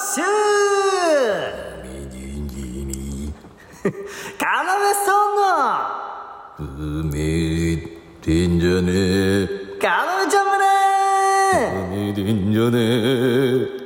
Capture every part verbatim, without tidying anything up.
シューカナメソングうめてんじゃねえカナメちゃんむねうめてんじゃねえ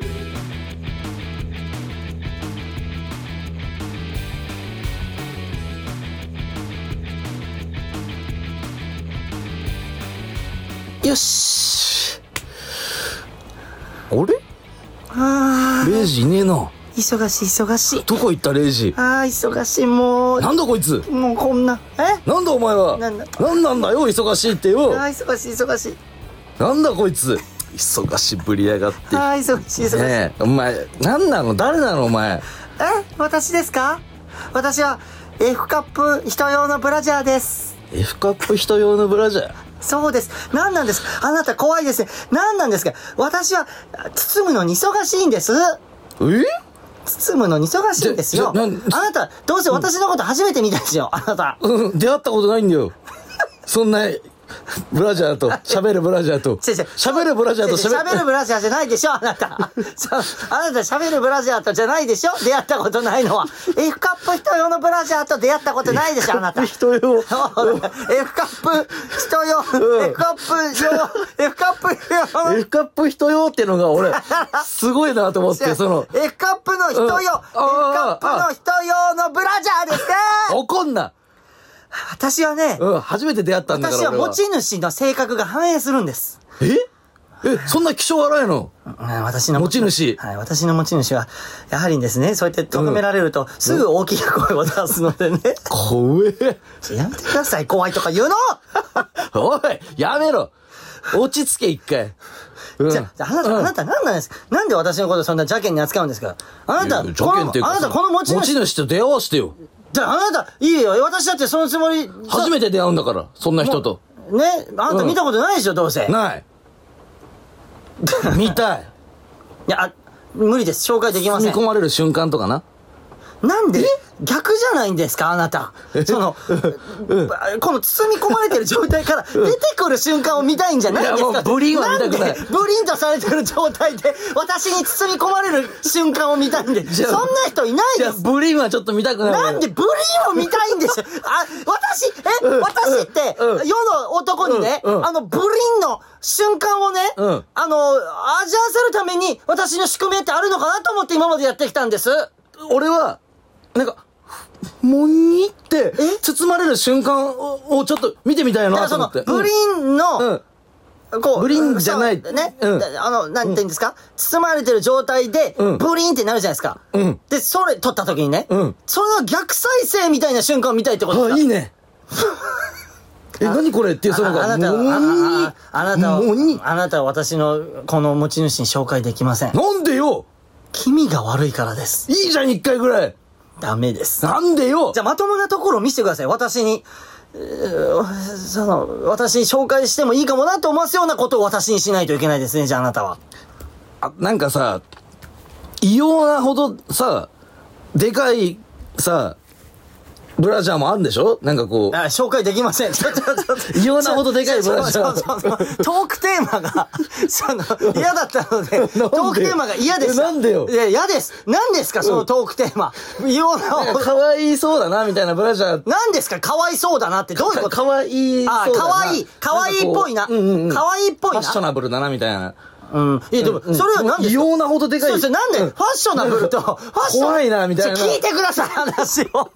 よしあれあーレイジいねえな。 忙しい忙しい。 どこ行ったレイジ。 あー忙しい。もうなんだこいつ。 もうこんなえなんだお前は。 なんだなんなんだよ忙しいってよ。 あー忙しい忙しい。 なんだこいつ。忙しぶりやがって。 あー忙しい忙しい。 ねえお前なんなの誰なのお前。 え私ですか。私は F カップ人用のブラジャーです。 F カップ人用のブラジャー。 そうです。何なんですあなた怖いですね。何なんですか。私は包むのに忙しいんです。 え包むのに忙しいんですよ。 じゃじゃあなたどうせ私のこと初めて見たんですよ、あなた。 うん出会ったことないんだよそんなブラジャーと喋るブラジャーと喋るブラジャーと喋るブラジャーじゃないでしょあなたそうあなた喋るブラジャーとじゃないでしょ。出会ったことないのは F カップ人用のブラジャーと出会ったことないでしょあなた。 人用 F カップ人用、 うん、 F カップ用 F カップ用 F カップ人用ってのが俺すごいなと思ってその F カップの人用、うん、F カップの人用のブラジャーですね。 怒んな。 私はね、 うん、初めて出会ったんだから私は持ち主の性格が反映するんです。 ええ、そんな気性荒いの、 うん、私の持ち主。 はい、私の持ち主は、やはりですね、そうやってとどめられると、うん、すぐ大きな声を出すのでね。 怖え。 やめてください、怖いとか言うのおい、やめろ。落ち着け、一回。 うん、じゃあ、あなた、うん、あなた何なんですか。なんで私のことそんな邪険に扱うんですか。あなた、この、あなたこの持ち主。 持ち主と出会わしてよ。 じゃあ、あなた、いいよ。私だってそのつもり。 初めて出会うんだから、そんな人と。 ね、あなた見たことないでしょ、うん、どうせ。 ない。見たい。 いや、無理です。紹介できません。 包み込まれる瞬間とかな。 なんで逆じゃないんですかあなた。その、うん、この包み込まれてる状態から出てくる瞬間を見たいんじゃないんですか。 いやもうブリンは見たくない。 ブリンとされてる状態で私に包み込まれる瞬間を見たいんで。そんな人いないです。 ブリンはちょっと見たくない。 なんでブリンを見たいんですよ。あ、私、え、うん、私って、うん、世の男にね、うんうん、あのブリンの瞬間をね、うん、あの、味わわせるために私の宿命ってあるのかなと思って今までやってきたんです。 俺は、なんか、もにって包まれる瞬間をちょっと見てみたいなと思って。 ブリンの、うんうん、こうブリンじゃないね、うん、あのなんて言うんですか、うん、包まれてる状態で、うん、ブリンってなるじゃないですか。うん、でそれ撮った時にね、うん、その逆再生みたいな瞬間を見たいってことですか。 あ、いいね。え、何これっていうそのがあなたはあなたはあなたは私のこの持ち主に紹介できません。 なんでよ。 気味が悪いからです。 いいじゃん一回ぐらい。 ダメです。 なんでよ。 じゃあまともなところを見せてください。私に、その、私に紹介してもいいかもなと思わすようなことを私にしないといけないですね。じゃああなたは。 あ、なんかさ、異様なほどさ、でかいさ、ブラジャーもあるんでしょ。なんかこう。 あ、紹介できません。 異様なほどでかいブラジャー。 そうそうそう。トークテーマが、その、嫌だったので、トークテーマが嫌でした。 なんでよ。 いや、嫌です。何ですか、そのトークテーマ。異様なほど。 かわいそうだな、みたいなブラジャー。 何ですか、かわいそうだなって、どういうこと。 かわいそうだな。 あ、かわいい。かわいいっぽいな。かわいいっぽいな。 ファッショナブルだな、みたいな。 うん。いや、でも、それは何ですか。 異様なほどでかい。 そうです。なんで、ファッショナブルと、ファッション。 怖いな、みたいな。 聞いてください、話を。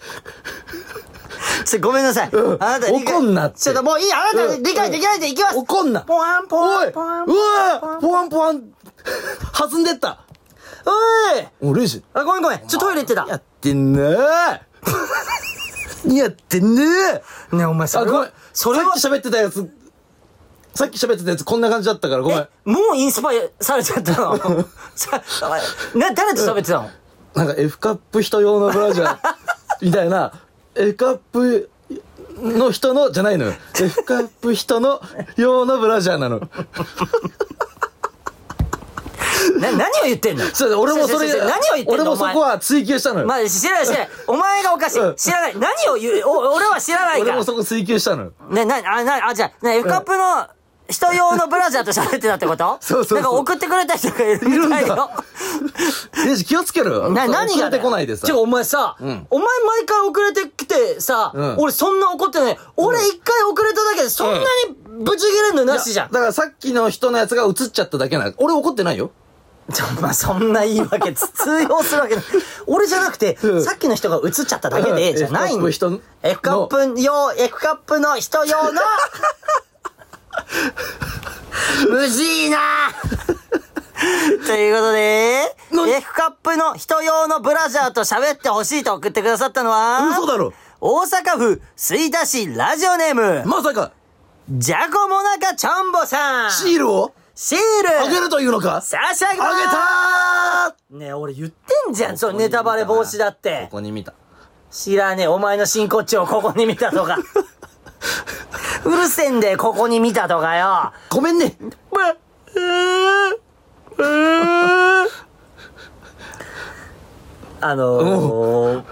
ごめんなさい。うん、あなた怒んなって。 ちょっともういい。あなた理解できないでいきます。 怒んな。 ポワンポワンポワン。 うわポワンポワン。弾んでった。 おい。 おレイジ。 あ、ごめんごめん。ちょっとトイレ行ってた。 やってんなー。やってんなー。 ねえ、お前それは。 それは。さっき喋ってたやつ。さっき喋ってたやつこんな感じだったからごめん。 もうインスパイアされちゃったの。さ、な、誰と喋ってたの。 なんか F カップ人用のブラジャーみたいな。F カップの人のじゃないのよ。F カップ人の用のブラジャーなの。 な、何を言ってんの。 そう、俺もそれ、 何を言ってんの。 俺もそこは追求したのよ。 まあ、知らない知らない。お前がおかしい。知らない。何を言う、お、俺は知らないから。 俺もそこ追求したのよ。 ね、な、あ、な、あ、じゃあ、ね、F カップの人用のブラジャーと喋ってたってこと。 そうそうそう。 なんか送ってくれた人がいるみたいよ。 レイジ気をつけろ。 な、何が遅れてこないでさ。 ちょ、お前さ、うん、お前毎回遅れてきてさ、うん、俺そんな怒ってない。俺一回遅れただけでそんなにブチ切れんのなしじゃん。 だからさっきの人のやつが映っちゃっただけな。俺怒ってないよ。 ちょ、まあ、そんな言い訳通用するわけない。俺じゃなくて、うん、さっきの人が映っちゃっただけで、じゃないの。F カップ用、F カップの人用の、むずいなということで、F カップの人用のブラジャーと喋ってほしいと送ってくださったのは、 嘘だろ。 大阪府吹田市ラジオネーム、 まさか、 ジャコモナカチョンボさん。 シールをシールあげるというのか。 差し上げまーす。 あげたーねえ、俺言ってんじゃん、そう、ネタバレ防止だって。 ここに見た。 知らねえ、お前の真骨頂をここに見たとか。うるせんで、ここに見たとかよ。 ごめんね。 あのー、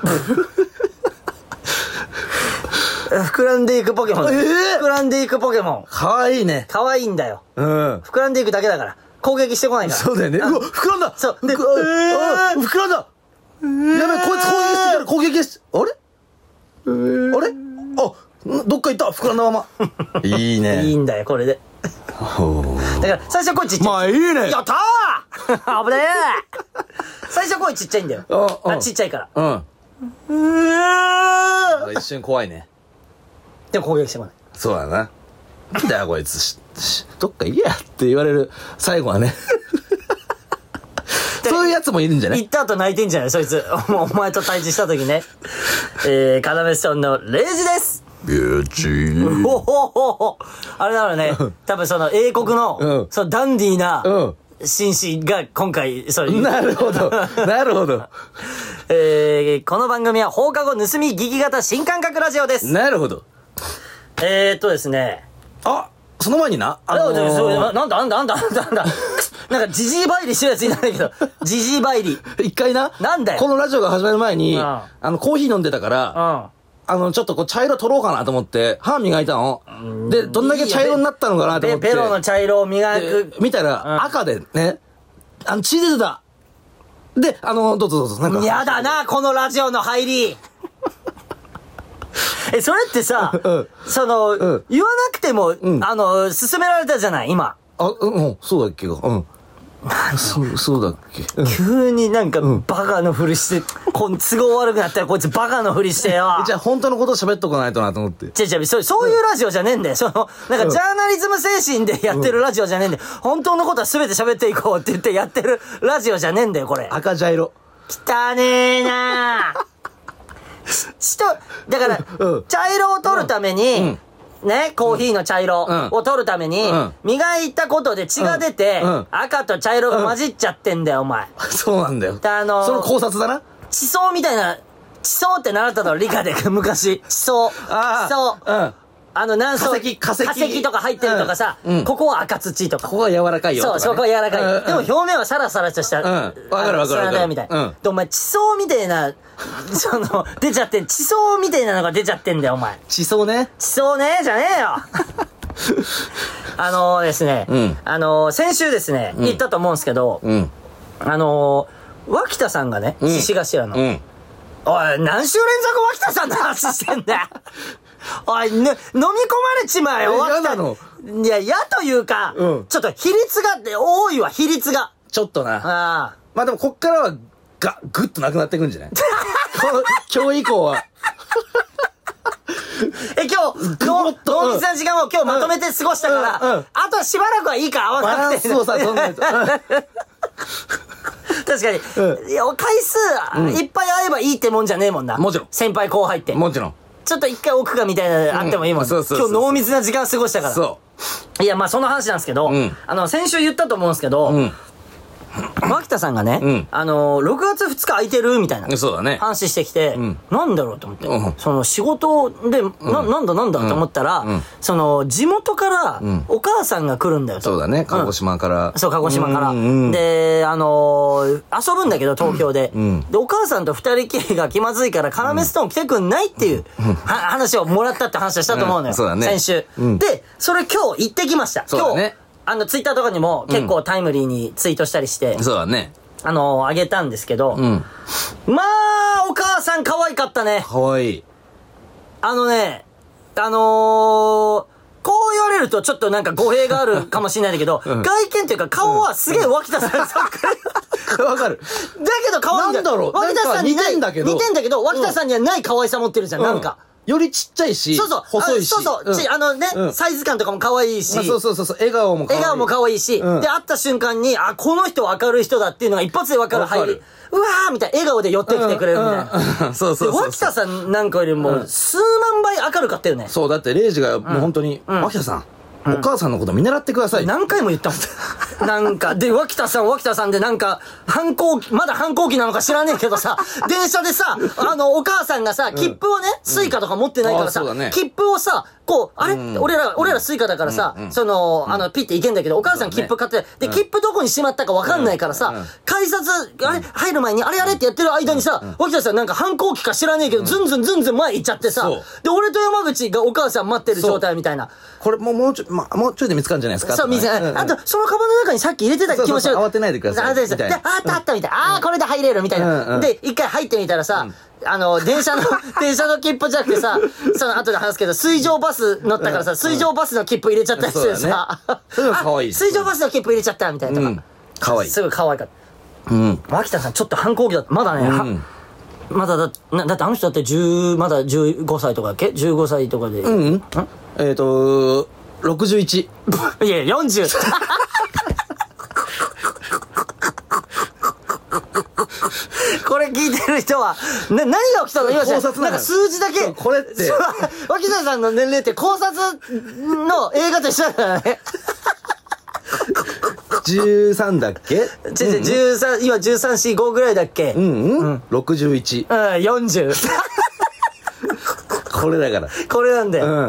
膨らんでいくポケモン。えー、膨らんでいくポケモン。 かわいいね。 かわいいんだよ。 うん。 膨らんでいくだけだから。攻撃してこないから。 そうだよね。うわ、膨らんだ。 そう。 で、えー、膨らんだ。えー、やべえ、こいつ攻撃してくる。攻撃し、あれえー、あれあ、どっか行った。膨らんだまま。いいね。 いいんだよ、これで。だから最初声ちっちゃい。 まあいいね。 やったー危ねえ最初声ちっちゃいんだよ。あ、ちっちゃいから。 うん。うー一瞬怖いね。 でも攻撃してこない。 そうだな。なんだよこいつ。ししどっか行けやって言われる最後はね。そういうやつもいるんじゃない？ 行った後泣いてんじゃないそいつ。お前と対峙した時ね。えー、カナメストーンのレイジです。 ビューチー。 ほほほほ。あれだろうね。多分その英国の、うん、そのダンディーな、うん、紳士が今回、それ。 なるほど。なるほど。 えー、この番組は放課後盗み聞き型新感覚ラジオです。 なるほど。 えーっとですね。 あ、その前にな。 あのー、なんだなんだなんだなんだなんだ。なんかジジイバイリしてるやついないけど。ジジイバイリ。 一回な。 なんだよ。 このラジオが始まる前に、うん、あの、コーヒー飲んでたから、 うんあの、ちょっとこう、茶色取ろうかなと思って、歯磨いたの。で、どんだけ茶色になったのかなと思って。 ペロの茶色を磨く。 見たら、赤でね、あの、血出てた。で、あの、どうぞどうぞ、なんか。 やだな、このラジオの入り。え、それってさ、うん、その、うん、言わなくても、うん、あの、勧められたじゃない、今。 あ、うん、そうだっけか。うん。そう、そうだっけ、 うん、急になんかバカのふりして、うん、こ都合悪くなったらこいつバカのふりしてよ。 じゃあ本当のこと喋っとかないとなと思って。 違う違う、そう、そういうラジオじゃねえんだよ。その、なんかジャーナリズム精神でやってるラジオじゃねえんだよ。本当のことは全て喋っていこうって言ってやってるラジオじゃねえんだよ、これ。 赤茶色。 汚ねえなぁ。ちと、だから、うん、茶色を取るために、うんうんね、コーヒーの茶色を取るために、うん、磨いたことで血が出て、うんうん、赤と茶色が混じっちゃってんだよ、お前。 そうなんだよ。 あのー、 その考察だな。 地層みたいな、地層って習っただろ、理科で、昔。地層。 あ地層。 うん。 あの、何層。 化石、化石。 化石とか入ってるとかさ、うん、ここは赤土とか。 ここは柔らかいよとか、ね。 そう、そこは柔らかい。うん、でも表面はサラサラとした。うん。 わかるわかるわかる。 みたいな。うん。で、お前、地層みたいな、その、出ちゃってん、地層みたいなのが出ちゃってんだよ、お前。 地層ね。 地層ね、じゃねえよ。あのーですね、うん、あのー、先週ですね、うん、言ったと思うんですけど、うん、あのー、脇田さんがね、獅子頭の、うん、おい、何週連続脇田さんの話してんだよ。おい、ね、飲み込まれちまえよ、 脇田。のいや、嫌というか、うん、ちょっと比率が、多いわ、比率が。 ちょっとな。 ああ。 まあでも、こっからは、が、ぐっとなくなってくんじゃない今日以降は。 え、今日、濃密な時間を今日まとめて過ごしたから、うんうんうん、あとしばらくはいいか、合わなくて。 そうさ、そんなやつ。確かに、うん、いや回数、うん、いっぱい会えばいいってもんじゃねえもんな。 もちろん。 先輩後輩って。 もちろん。 ちょっと一回置くかみたいなのあってもいいもん、うん、そうそうそうそう今日濃密な時間過ごしたから。 そう。 いや、まあその話なんですけど、うん、あの、先週言ったと思うんですけど、うん牧田さんがね、うん、あのー、ろくがつふつか空いてるみたいなそうだね話してきて、うん、なんだろうと思って、うん、その仕事で、うん、な, なんだなんだと思ったら、うん、その地元からお母さんが来るんだよと、 そうだね鹿児島から、 うん、そう鹿児島から、うんうん、であのー、遊ぶんだけど東京で、うん、でお母さんと二人きりが気まずいからカナメストーン来てくんないっていう、うん、話をもらったって話をしたと思うのよ、うん、そうだね、先週、うん、でそれ今日行ってきました。 そうだね、 今日あのツイッターとかにも結構タイムリーにツイートしたりして、 うん、そうだね。 あのー、あげたんですけど、 うん。 まあ、お母さん可愛かったね。 かわいい。 あのね、あのー、こう言われるとちょっとなんか語弊があるかもしれないんだけど、うん、外見というか顔はすげえ脇田さんそっくり。 わかる。 だけど可愛いんだよ。 なんだろう。 脇田さんにない。 似てんだけど。 似てんだけど、脇田さんにはない可愛さ持ってるじゃん、うん、なんか。 よりちっちゃいし、 そうそう、 細いし。 そうそう、うん、ちあのね、うん、サイズ感とかも可愛いし。 そうそうそうそう、笑顔も可愛い。 笑顔も可愛いし、うん、で、会った瞬間に、あ、この人明るい人だっていうのが一発で分かる入り。うわーみたいな、笑顔で寄ってきてくれるみたいな。 うんうん、そうそうそう。 脇田さんなんかよりも、数万倍明るかったよね。 そう、だってレイジがもう本当に、うん、脇田さん。お母さんのこと見習ってください。 何回も言ったもん。なんか、で、脇田さん、脇田さんでなんか、反抗期、まだ反抗期なのか知らねえけどさ、電車でさ、あの、お母さんがさ、切符をね、スイカとか持ってないからさ、切符をさ、こう、あれ俺ら、俺らスイカだからさ、その、あの、ピッていけんだけど、お母さん切符買って、で、切符どこにしまったかわかんないからさ、改札、あれ、入る前に、あれあれってやってる間にさ、脇田さんなんか反抗期か知らねえけど、ずんずんずんずん前行っちゃってさ、で、俺と山口がお母さん待ってる状態みたいな。 これもう、もうちょい、ま、もうちょいで見つかるんじゃないですか。 そう、見つかる。あと、そのカバンの中にさっき入れてた気持ち悪い。慌てないでください。 あ、で、あったあったみたいな。ああ、これで入れるみたいな。で、一回入ってみたらさ、あの、電車の、電車の切符じゃなくてさ、その後で話すけど、水上バス乗ったからさ、水上バスの切符入れちゃったやつでさ、 そういうの可愛い。 水上バスの切符入れちゃったみたいなとか。 可愛い。 すごい可愛かった。うん。脇田さんちょっと反抗期だった。まだね、まだだ、だってあの人だってじゅう、まだじゅうごさいとかだっけ ?じゅうご 歳とかで。 うん。えっと、ろくじゅういち。 いや、よんじゅう。これ聞いてる人は、な、何が起きたの今じゃなんか数字だけ。 これって。 脇田さんの年齢って考察の映画と一緒だからね。 じゅうさんだっけじゅうさん、今じゅうさん、よん、ごぐらいだっけうんうん。ろくじゅういち。 うん、よんじゅう。 これだから。 これなんだよ。うん。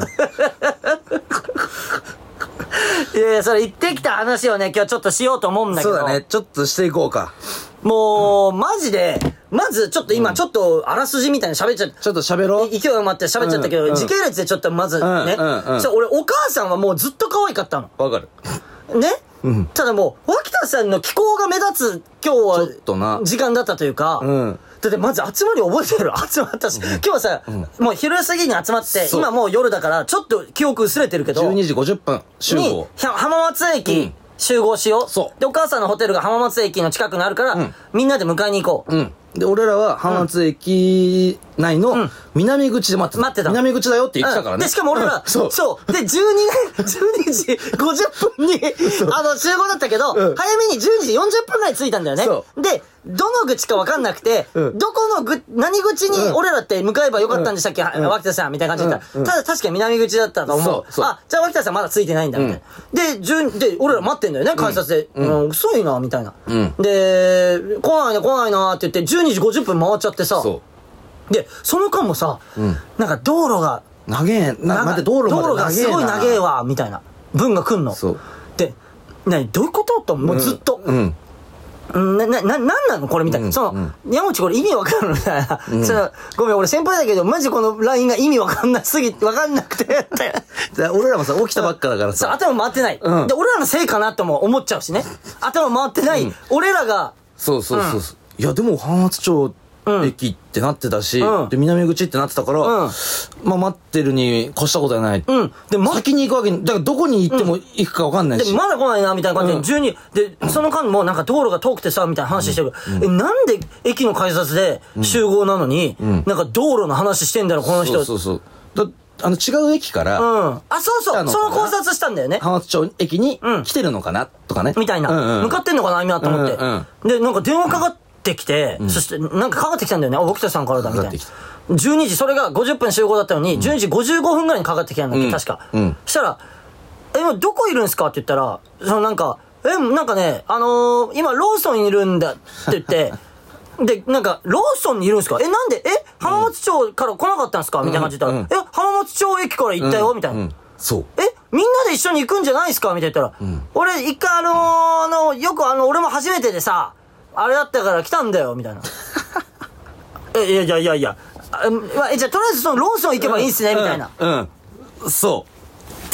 いやいや、それ言ってきた話をね、今日ちょっとしようと思うんだけど。 そうだね。ちょっとしていこうか。 もう、マジで、まずちょっと今ちょっとあらすじみたいに喋っちゃっちょっと喋ろう。 勢いが余って喋っちゃったけど、時系列でちょっとまずね。俺、お母さんはもうずっと可愛かったの。 わかる。 ね、うん、ただもう、脇田さんの気候が目立つ今日は、ちょっとな。時間だったというか、うん、だってまず集まり覚えてる集まったし、うん、今日はさ、うん、もう昼過ぎに集まって、今もう夜だから、ちょっと記憶薄れてるけど、 じゅうにじごじゅっぷん集合。 に、浜松駅、うん集合しよう。そう。で、お母さんのホテルが浜松駅の近くにあるから、うん、みんなで迎えに行こう。うん。 で、俺らは浜松駅内の南口で待ってた。 待ってた。 南口だよって言ってたからね。 で、しかも俺ら、そう。そう。で、じゅうにじごじゅっぷんに、あの、集合だったけど、早めにじゅうにじよんじゅっぷんぐらい着いたんだよね。そう。で、どの口か分かんなくて、どこのぐ、何口に俺らって向かえばよかったんでしたっけ脇田さんみたいな感じで言ったら、ただ確かに南口だったと思う。あ、じゃあ脇田さんまだ着いてないんだ、みたいな。で、じゅう、で、俺ら待ってんだよね、改札で。うん、遅いな、みたいな。で、来ないな、来ないな、って言って、じゅうにじごじゅっぷん回っちゃってさ。で、その間もさ、なんか道路が、 長え、な、待って、道路道路がすごい長えわ、みたいな。文が来んの。で、なに、どういうことと、もうずっと。な、な、な、なんなのこれみたいな。その、山内これ意味わかるみたいな。その、ごめん、俺先輩だけど、マジこの ライン が意味わかんなすぎ、わかんなくて。 俺らもさ、起きたばっかだからさ。 頭回ってない。で、俺らのせいかなとも思っちゃうしね。頭回ってない。俺らが。 そうそうそう。いや、でも、浜松町駅ってなってたし、で、南口ってなってたから、まあ、待ってるに越したことはない。うん。で、先に行くわけに、だからどこに行っても行くかわかんないし。 で、まだ来ないな、みたいな感じで、じゅうに、で、その間もなんか道路が遠くてさ、みたいな話してる。え、なんで駅の改札で集合なのに、なんか道路の話してんだろ、この人。 そうそうそう。あの、違う駅から、 うん。あ、そうそう、その考察したんだよね。 浜松町駅に来てるのかな、とかね。 みたいな。向かってんのかな、今と思って。で、なんか電話かかって、ってきて、うん、そしてなんかかかってきたんだよね。あ、脇田さんからだみたいな。じゅうにじ、それがごじゅっぷん集合だったのに、うん、じゅうにじごじゅうごふんぐらいにかかってきたんだっけ、うん、確か。うん、そしたら、え、今どこいるんすかって言ったら、そのなんか、え、なんかね、あのー、今ローソンにいるんだって言って、で、なんか、ローソンにいるんすかえ、なんでえ、浜松町から来なかったんすかみたいな感じで言ったら、うん、え、浜松町駅から行ったよ、うん、みたいな。うん、 そう。 え、みんなで一緒に行くんじゃないですかみたいな言ったら、うん、俺一回あのー、あの、よくあの、俺も初めてでさ、あれだったから来たんだよみたいな。え、いやいやいやいや。え、じゃあとりあえずそのローソン行けばいいんすね、みたいな。 うん。うん、そ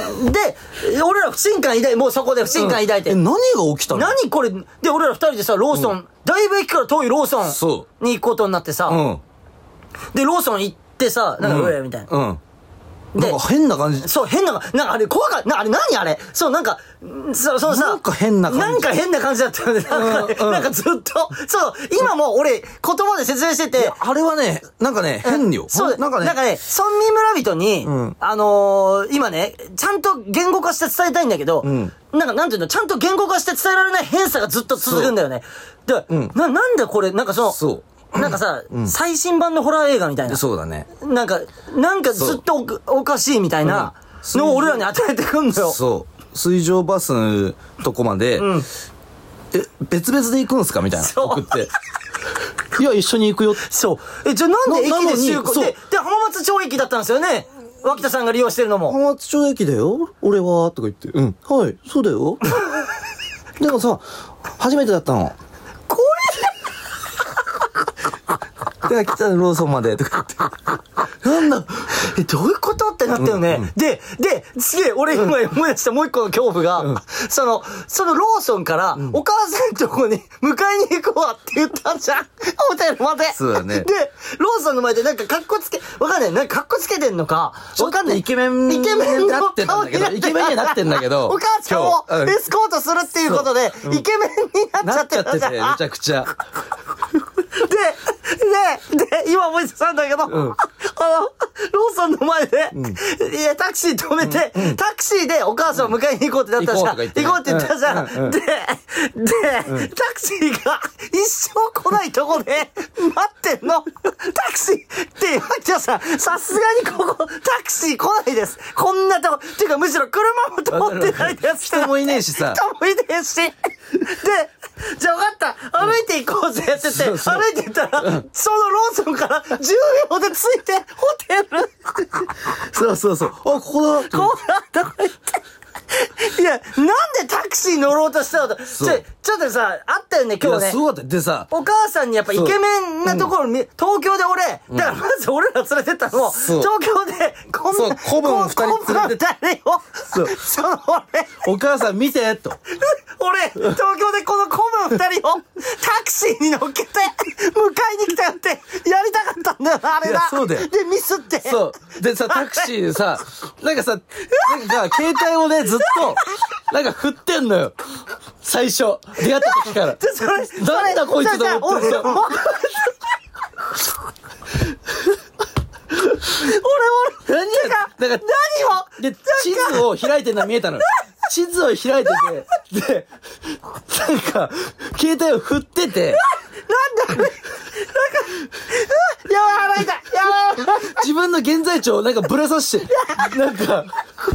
で、俺ら不信感抱い、もうそこで不信感抱いて。 え、何が起きたの？ 何これで、俺ら二人でさ、ローソン、だいぶ駅から遠いローソンに行くことになってさ、 うん。 で、ローソン行ってさ、なんか、うえみたいな。 うん。なんか変な感じ。 そう、変な、なんかあれ、怖かった。な、あれ何あれそう、なんか、そう、そうさ。 なんか変な感じ。 なんか変な感じだったよね。なんか、なんかずっと。そう、今も俺、言葉で説明してて。 あれはね、なんかね、変よ。 そう、なんかね、なんかね、村民村人に、あの、今ね、ちゃんと言語化して伝えたいんだけど、なんか、なんていうの、ちゃんと言語化して伝えられない変さがずっと続くんだよね。で、な、なんでこれ、なんかその、そう。なんかさ、うん、最新版のホラー映画みたいな。 そうだね。 なんか、なんかずっと お, おかしいみたいなのを俺らに与えてくんだよ。 そう。水上バスのとこまで、うん、え、別々で行くんすかみたいな。送って。いや、一緒に行くよ。 そう。え、じゃあなんで駅で集合で、で、浜松町駅だったんですよね。脇田さんが利用してるのも。 浜松町駅だよ俺は、とか言って。うん。はい、そうだよ。でもさ、初めてだったの。 怖いで、来たらローソンまで、とか言って。なんだえ、どういうことってなったよね。うんうん、で、で、すげえ、俺今思い出したもう一個の恐怖が、うん、その、そのローソンから、お母さんのとこに迎えに行くわって言ったんじゃん。ホテルまで。 そうだね。 で、ローソンの前でなんか格好つけ、わかんない。なんか格好つけてんのか、わかんない。 イケメンイケメンになってんだけど、イケメンになってんだけど、 お母ちゃんをエスコートするっていうことで、うん、イケメンになっちゃってるじゃん。 なっちゃってて、めちゃくちゃ。 で、で、で、今思い出したんだけど、うん、あの、ローソンの前で、うん、いや、タクシー止めて、うん、タクシーでお母さんを迎えに行こうってなったじゃん。行こうって言ったじゃん。うん、で、で、うん、タクシーが一生来ないとこで待ってんの。タクシーって言われてさ、さすがにここ、タクシー来ないです。こんなとこ、っていうかむしろ車も通ってないです。 人もいねえしさ。 人もいねえし。で、じゃあ分かった。歩いて行こうぜって言って、そうそう歩いて行ったら、うん、そのローソンからじゅうびょうで着いて、ホテル。 そうそうそう。あ、ここだ。 ここだとか言って。いや、なんでタクシー乗ろうとしたのと。ちょ、ちょっとさ、あったよね、今日ね。 いや、そうだって。でさ、 お母さんにやっぱイケメンなところに、うん、東京で俺、だからまず俺ら連れてったのも、東京でこんな、 子分二人連れてったのを、そう。その俺、 お母さん見て、と。 俺、東京でこの子分二人をタクシーに乗っけて、迎えに来たよって、やりたかったんだよな、あれだ。 そうだよ。 で、ミスって。 そう。でさ、タクシーでさ、なんかさ、なんか携帯をね、ずっと、なんか振ってんのよ。最初。出会った時から。 それ、それ、 なんだこいつと思ってさ。俺、俺、 何が、 だから、 何をで、地図を開いてるのが見えたの。地図を開いてて、で、なんか、携帯を振ってて、 なんだなんか、やばい、払いたいやばい自分の現在地をなんかぶらさして、なんか、怖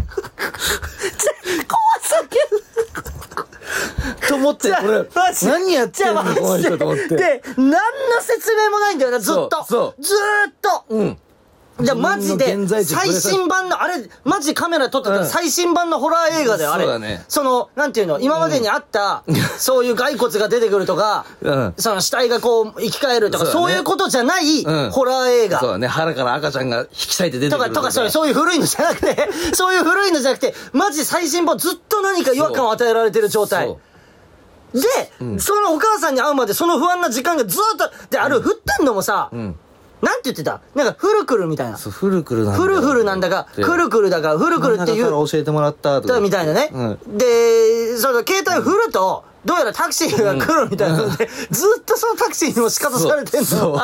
すぎると思って、俺、何やってんのこの人と思って。 で、何の説明もないんだよな、ずっと。 そう。 ずーっと。うん。じゃあマジで、最新版の、あれ、マジカメラ撮ってた最新版のホラー映画だよ、あれ。 そうだね。 その、なんていうの、今までにあった、そういう骸骨が出てくるとか、その死体がこう、生き返るとか、そういうことじゃない、ホラー映画。 そうだね、腹から赤ちゃんが引き裂いて出てくるとか。 とか、とか、そういう古いのじゃなくて、そういう古いのじゃなくて、マジ最新版ずっと何か違和感を与えられてる状態。で、そのお母さんに会うまでその不安な時間がずっと、で、あれ、降ってんのもさ、なんて言ってたなんか、フルクルみたいな。 そう、フルクルなんだ。 フルフルなんだか、クルクルだか、フルクルっていう。 教えてもらったとか。 みたいなね。うん、で、その、携帯を振ると、どうやらタクシーが来るみたいなので、うん、ずっとそのタクシーにも仕方されてんの。そう。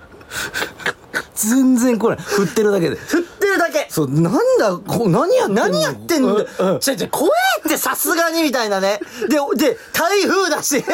全然来ない。振ってるだけで。 振ってるだけ。 そう、なんだ、こ何やってんの何やってんの、うん、ちょちょ、怖えってさすがにみたいなね。で、で、台風だし。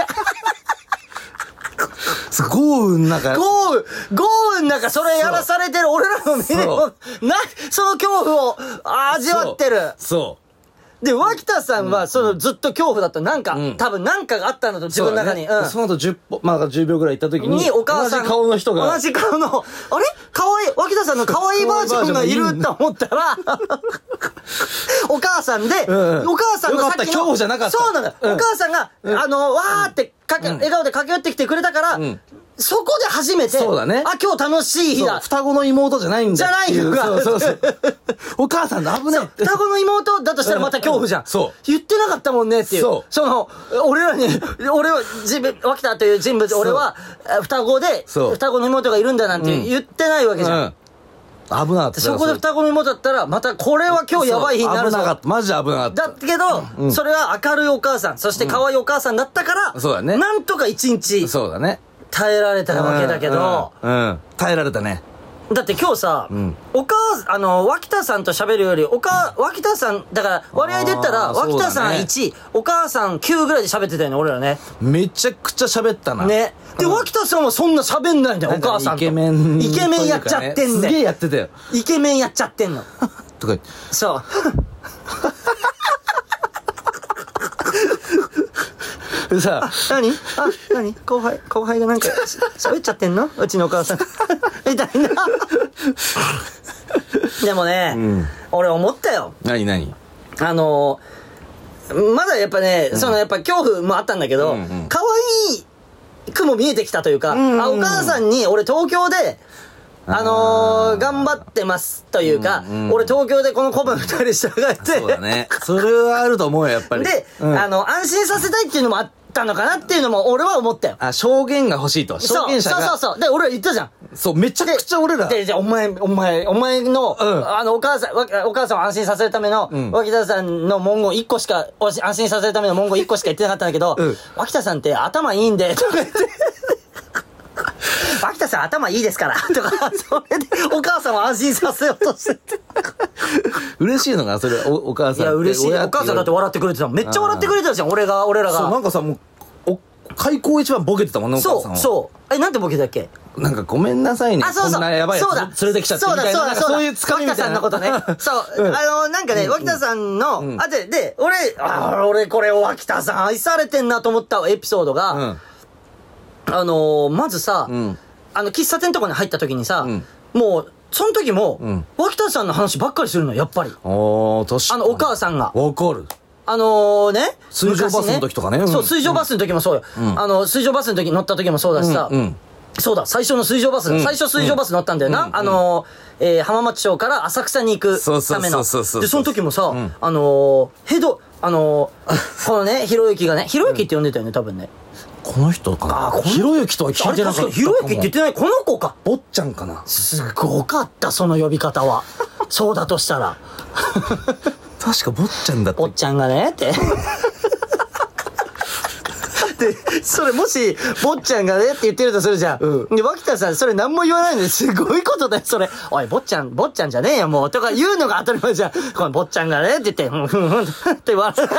豪雨の中。 豪雨、豪雨の中、それやらされてる俺らの目でも、な、その恐怖を味わってる。 そう。そうで、脇田さんは、その、ずっと恐怖だった。なんか、うん、多分なんかがあったんだと、自分の中に。 うん。その後じゅっぽ、まあじゅうびょうぐらい行った時に、 に、お母さん。 同じ顔の人が。 同じ顔の、あれ可愛い、脇田さんの可愛いバージョンがいると思ったら、お母さんで、うんうん、お母さんのさっきの。 恐怖じゃなかった。 そうなんだ。うん、お母さんが、あの、わーって、かけ、笑顔で駆け寄ってきてくれたから、うん、 そこで初めて、 そうだね。 あ、今日楽しい日だ。 双子の妹じゃないんだっていう。 じゃないのか。 そうそうそう。お母さんの危ねえ。 双子の妹だとしたらまた恐怖じゃん。 そう。 言ってなかったもんねっていう。 そう。 その、俺らに、俺は、自分、脇田という人物、俺は、双子で、双子の妹がいるんだなんて言ってないわけじゃん。うんうん、危なかった。 そこで双子の妹だったら、またこれは今日やばい日になるぞ。 危なかった。マジで危なかった。 だけど、うん、それは明るいお母さん、そして可愛いお母さんだったから、 うん、そうだね。 なんとか一日、 そうだね。 耐えられたわけだけど、 うん、うんうん、耐えられたね。 だって今日さ、うん、お母あの脇田さんと喋るよりおか脇田さんだから割合で言ったら脇田さんいち、ね、お母さんきゅうぐらいで喋ってたよね俺らね。 めちゃくちゃ喋ったなね。で、うん、脇田さんはそんな喋んないんだよお母さんと。 イケメン、 イケメンやっちゃってんだよ。 すげえやってたよ。 イケメンやっちゃってんのとかそうさあ、 何あ、何後輩、後輩がなんか喋っちゃってんのうちのお母さん。みたいな。でもね、うん、俺思ったよ。 何何あのー、まだやっぱね、うん、そのやっぱ恐怖もあったんだけど、うんうん、可愛いくも見えてきたというか、うんうん、あ、お母さんに俺東京で、あのー、頑張ってますというか、うんうん、俺東京でこの子分二人従えて。 そうだね。それはあると思うよ、やっぱり。 で、うん、あの、安心させたいっていうのもあったのかなっていうのも俺は思ったよ。 あ、証言が欲しいと。証言者が。 そうそうそう。で、俺は言ったじゃん。 そう、めちゃくちゃ俺ら。 で、じゃあお前、お前、お前の、うん、あの、お母さん、お母さんを安心させるための、うん、脇田さんの文言一個しか、安心させるための文言一個しか言ってなかったんだけど、うん、脇田さんって頭いいんで、とか言って。脇田さん頭いいですからとかそれでお母さんを安心させようとしてて嬉しいのがそれ お, お母さんいや嬉しい。お母さんだって笑ってくれてたもん。めっちゃ笑ってくれてたじゃん俺が俺らが。 そうなんかさもうお開口一番ボケてたもんねお母さんは。 そうそうえなんてボケたっけ。 なんかごめんなさいね。 あそうそうこんなやばいやつ連れてきちゃってみたいな。 そうだそうだそうだそういうつかみみたいな。 脇田さんのことね。そう、うん、あのなんかね、うん、脇田さんの、うん、あでで俺あ俺これ脇田さん愛されてんなと思ったエピソードが、うん、あのー、まずさ、うんあの喫茶店とかに入った時にさ、うん、もうその時も、うん、脇田さんの話ばっかりするのやっぱり。ああ確かに。 あのお母さんがわかる。 あのー、ね水上バスの時とかね。 ねそう水上バスの時もそうよ、うん、あの水上バスの時乗った時もそうだしさ、うんうん、そうだ最初の水上バス、うん、最初水上バス乗ったんだよな、うん、あのーえー、浜松町から浅草に行くための。でその時もさ、うん、あのー、ヘドあのー、このねひろゆきがねひろゆきって呼んでたよね多分ね。 この人かな。ひろゆきとは聞いてなかった。 ひろゆきって言ってない。この子か。 坊ちゃんかな。 すごかったその呼び方は。そうだとしたら確か坊ちゃんだった。 坊ちゃんがねってでそれもし坊ちゃんがねって言ってるとするじゃん、うん、で脇田さんそれ何も言わないのですごいことだよそれ。おい坊ちゃん坊ちゃんじゃねえよもうとか言うのが当たり前じゃん。この坊ちゃんがねって言ってふんふんふんって笑う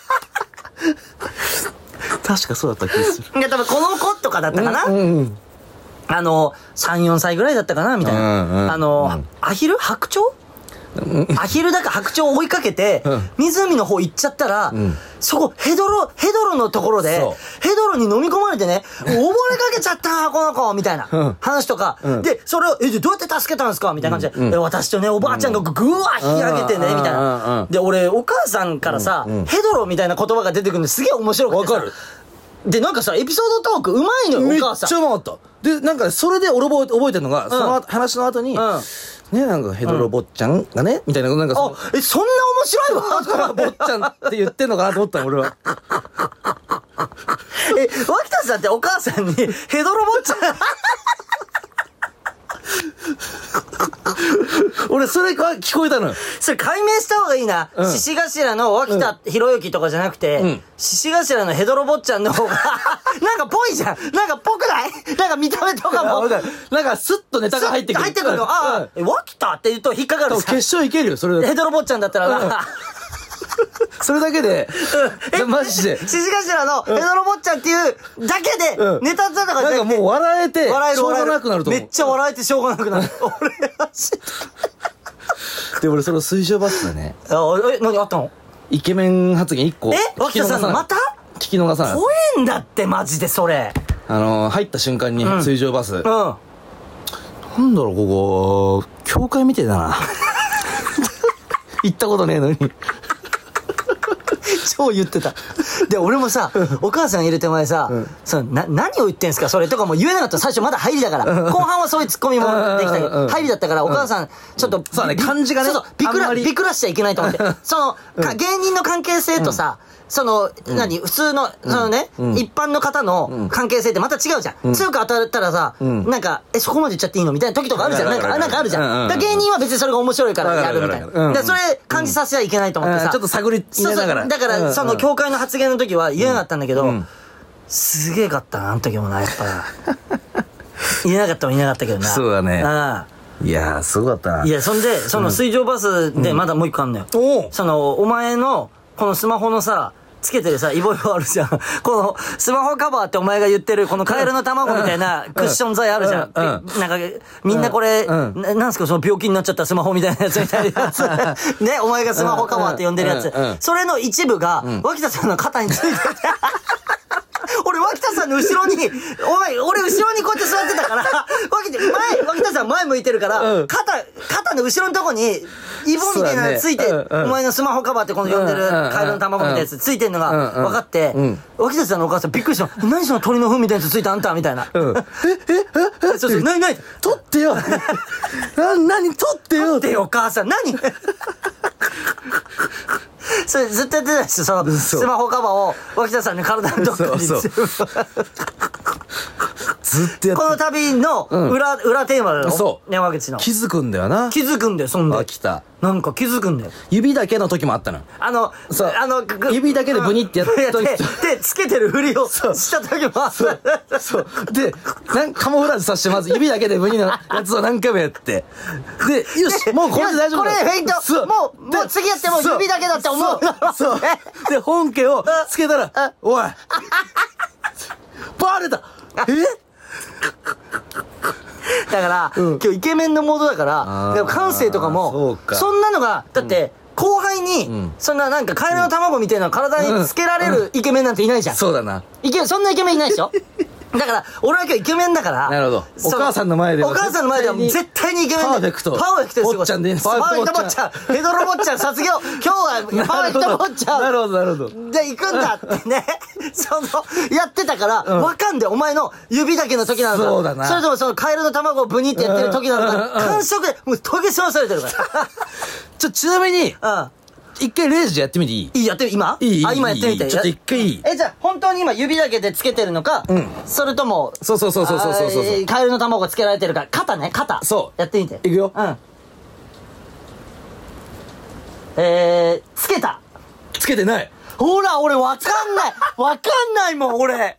確かそうだった気がする。 いや多分この子とかだったかな、うんうんうん、あのさん、よんさいぐらいだったかなみたいな、うんうん、あの、うん、アヒル白鳥、うん、アヒルだか白鳥を追いかけて、うん、湖の方行っちゃったら、うん、そこヘドロヘドロのところでヘドロに飲み込まれてね溺れかけちゃったこの子みたいな話とか、うん、でそれをえどうやって助けたんですかみたいな感じで、うん、私とねおばあちゃんがぐわー引き上げてね、うん、みたいな、うん、で俺お母さんからさ、うん、ヘドロみたいな言葉が出てくるんですげえ面白くてさ。わかる。でなんかさエピソードトークうまいのよお母さん。 めっちゃうまかった。でなんかそれで俺覚えてるのが、うん、その話の後に、うんね、なんかヘドロ坊ちゃんがね、うん、みたいななんかそあえそんな面白いわだから坊ちゃんって言ってんのかなと思ったの俺はえ脇田さんってお母さんにヘドロ坊ちゃん俺それが聞こえたのよ。 それ解明した方がいいな。獅子、うん、頭の脇田博之とかじゃなくて獅子、うん、頭のヘドロ坊ちゃんの方がなんかぽいじゃん。なんかぽくないなんか見た目とかもなんかスッとネタが入ってくる入ってくるの。ああ、うん、脇田って言うと引っかかるさ。 決勝いけるよそれ。 ヘドロ坊ちゃんだったらな、うん、 それだけで、うん、マジで獅子頭のヘドロ坊ちゃんっていうだけで、うん、ネタとかじゃなくてなんかもう笑えて笑えるしょうがなくなると思う。 めっちゃ笑えてしょうがなくなる俺は知ってで俺その水上バスでねあえ何あったのイケメン発言いっこえ脇田さんまた聞き逃さない。 怖えんだってマジでそれ。 あの入った瞬間に水上バス、うん、うん、なんだろうここ教会みてえだな行ったことねえのにちそう言ってた。で、俺もさ、お母さんいる手前さ、そのな、何を言ってんすかそれとかも言えなかった。最初まだ入りだから。後半はそういうツッコミもできたけど、入りだったから、お母さん、ちょっと、 そうね、感じがね。 そうそう、びっくら、びっくらしちゃいけないと思って。その、芸人の関係性とさ、その、何普通の、そのね、一般の方の関係性ってまた違うじゃん。強く当たったらさ、なんか、え、そこまで言っちゃっていいのみたいな時とかあるじゃん。なんか、なんかあるじゃん。だ芸人は別にそれが面白いからやるみたいな。で、それ感じさせちゃいけないと思ってさ。 ちょっと探り入れながら。 だから、その、教会の発言の時は言えなかったんだけど、すげえかったな、あの時もな、やっぱ。言えなかったも言えなかったけどな。 そうだね。いやー、すごかったな。 いや、そんで、その水上バスでまだもう一個あんのよ。その、お前の、このスマホのさ、つけてるさ、イボイボあるじゃん。この、スマホカバーってお前が言ってる、このカエルの卵みたいなクッション材あるじゃん。なんか、みんなこれ、なんすかその病気になっちゃったスマホみたいなやつみたいなやつ。ね、お前がスマホカバーって呼んでるやつ。それの一部が、脇田さんの肩についてて。俺、脇田さんの後ろに、お前、俺後ろにこうやって座ってたから、脇田、前、脇田さん前向いてるから、肩、肩の後ろのとこに、イボみたいなのついて、お前のスマホカバーってこの呼んでるカエルの卵みたいなやつついてんのが分かって、脇田さんのお母さんびっくりした。何その鳥の糞みたいなやつついたあんたみたいな。え、え、え、そうそう、何何取ってよ。な、何取ってよ。 取ってよ、お母さん。何それずっとやってたんですよ、そのスマホカバーを脇田さんの体のどっかに。そうそうずっとやってこの旅の裏、うん、裏テーマだよ。そう。山口の。 気づくんだよな。 気づくんだよ、そんで。 あ、来た。 なんか気づくんだよ。 指だけの時もあったの。 あの、そう。あの、 指だけでブニってやった時。 で、つけてるふりをした時もあった。 そう。で、なんカモフラージュさせて、まず指だけでブニのやつを何回もやって。で、よし、もうこれで大丈夫だ。 これフェイント。もう、もう次やっても指だけだって思う。 そう。で、本家をつけたら、おい。バレた。えだから、うん、今日イケメンのモードだから、でも感性とかも、そ, そんなのが、だって、後輩に、うん、そんななんかカエルの卵みたいな体につけられるイケメンなんていないじゃん。 うん、そうだな。 イケそんなイケメンいないでしょだから、俺は今日イケメンだから。 なるほど。お母さんの前では。 お母さんの前では絶対にイケメンパーフェクト。 パーフェクトですよ。 坊ちゃんでいいです。 パーフェクト坊ちゃん。ヘドロ坊ちゃん卒業。今日はパーフェクト坊ちゃん。 なるほど、なるほど。 で、行くんだってね。その、やってたから、わかんで、お前の指だけの時なのか。 そうだな。 それともそのカエルの卵をブニってやってる時なのか。感触で、もう研ぎ澄まされてるから。 ちょ、ちなみに、うん。一回レイジでやってみていい？ いい、やってみ、今？ いい、 あ、今やってみて。 ちょっと一回いい？ え、じゃあ、本当に今指だけでつけてるのか、うん。それとも、 そうそうそうそうそうそうそう。 カエルの卵がつけられてるか、肩ね、肩。 そう。 やってみて。 いくよ。 うん。えー、つけた。 つけてない。 ほら、俺わかんないわかんないもん、俺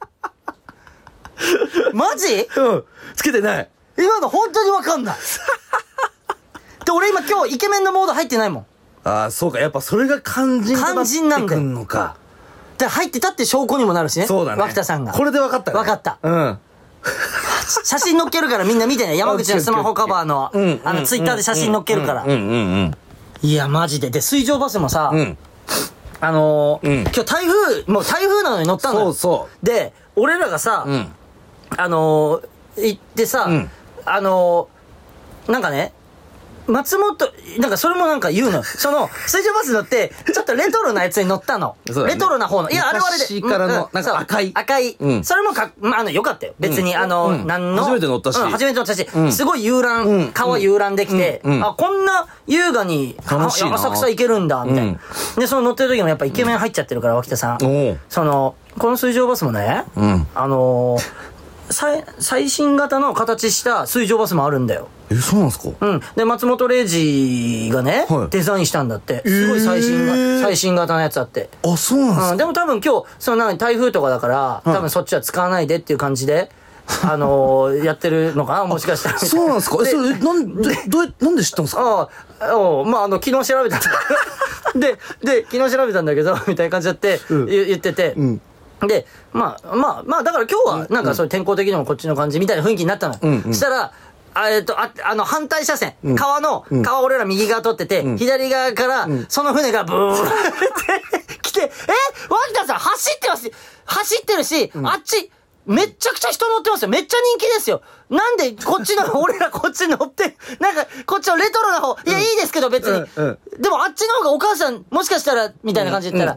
マジ？ うん。つけてない。 今の本当にわかんないで、俺今今日イケメンのモード入ってないもん。 ああ、そうか。やっぱそれが肝心肝心なんだよ。 くんのか。 で、入ってたって証拠にもなるしね。 そうだね。 脇田さんが。 これで分かったね。 分かった。 うん。 写真載っけるからみんな見てね。山口のスマホカバーの、あの、ツイッターで写真載っけるから。 うんうんうん。 いや、マジで。で、水上バスもさ、うん、あのー、うん、今日台風、もう台風なのに乗ったのよ。 そうそう。 で、俺らがさ、うん、あのー、行ってさ、うん、あのー、なんかね、松本、なんかそれもなんか言うの。その、水上バス乗って、ちょっとレトロなやつに乗ったの。ね、レトロな方の。いや、あれはあれで。 昔からの、なんか赤い。 赤い。うん、それもか、まあ、あの、よかったよ。別に、うん、あの、うん、なんの。 初めて乗ったし。 うん、初めて乗ったし、うん、すごい遊覧、うん、川遊覧できて、うんうん、あ、こんな優雅に、浅草行けるんだ、みたいな、うん。で、その乗ってる時もやっぱイケメン入っちゃってるから、脇田さん。うん、その、この水上バスもね、うん、あのー、最、最新型の形した水上バスもあるんだよ。 え、そうなんですか？ うん。で、松本零士がね、はい、デザインしたんだって。すごい最新が、えー、最新型のやつあって。 あ、そうなんですか？ うん。でも多分今日、そのなんか台風とかだから、多分そっちは使わないでっていう感じで、あのー、やってるのかなもしかしたら。 そうなんですか？え、それ、なんで、どう、なんで知ったんですか？ ああ、まあ、あの、昨日調べたんだ。で、で、昨日調べたんだけど、みたいな感じだって、うん、言ってて、うんで、まあ、まあ、まあ、だから今日は、なんかそういう天候的にもこっちの感じみたいな雰囲気になったの。うんうん、したら、あえっと、あ、あの、反対車線、うん、川の、うん、川俺ら右側通ってて、うん、左側から、その船がブーって来て、え脇田さん走ってます走ってるし、うん、あっち、めっちゃくちゃ人乗ってますよ。めっちゃ人気ですよ。なんでこっちの、俺らこっち乗って、なんかこっちのレトロな方、いや、いいですけど別に。うんうん、でもあっちの方がお母さん、もしかしたら、みたいな感じで言ったら、うんうん、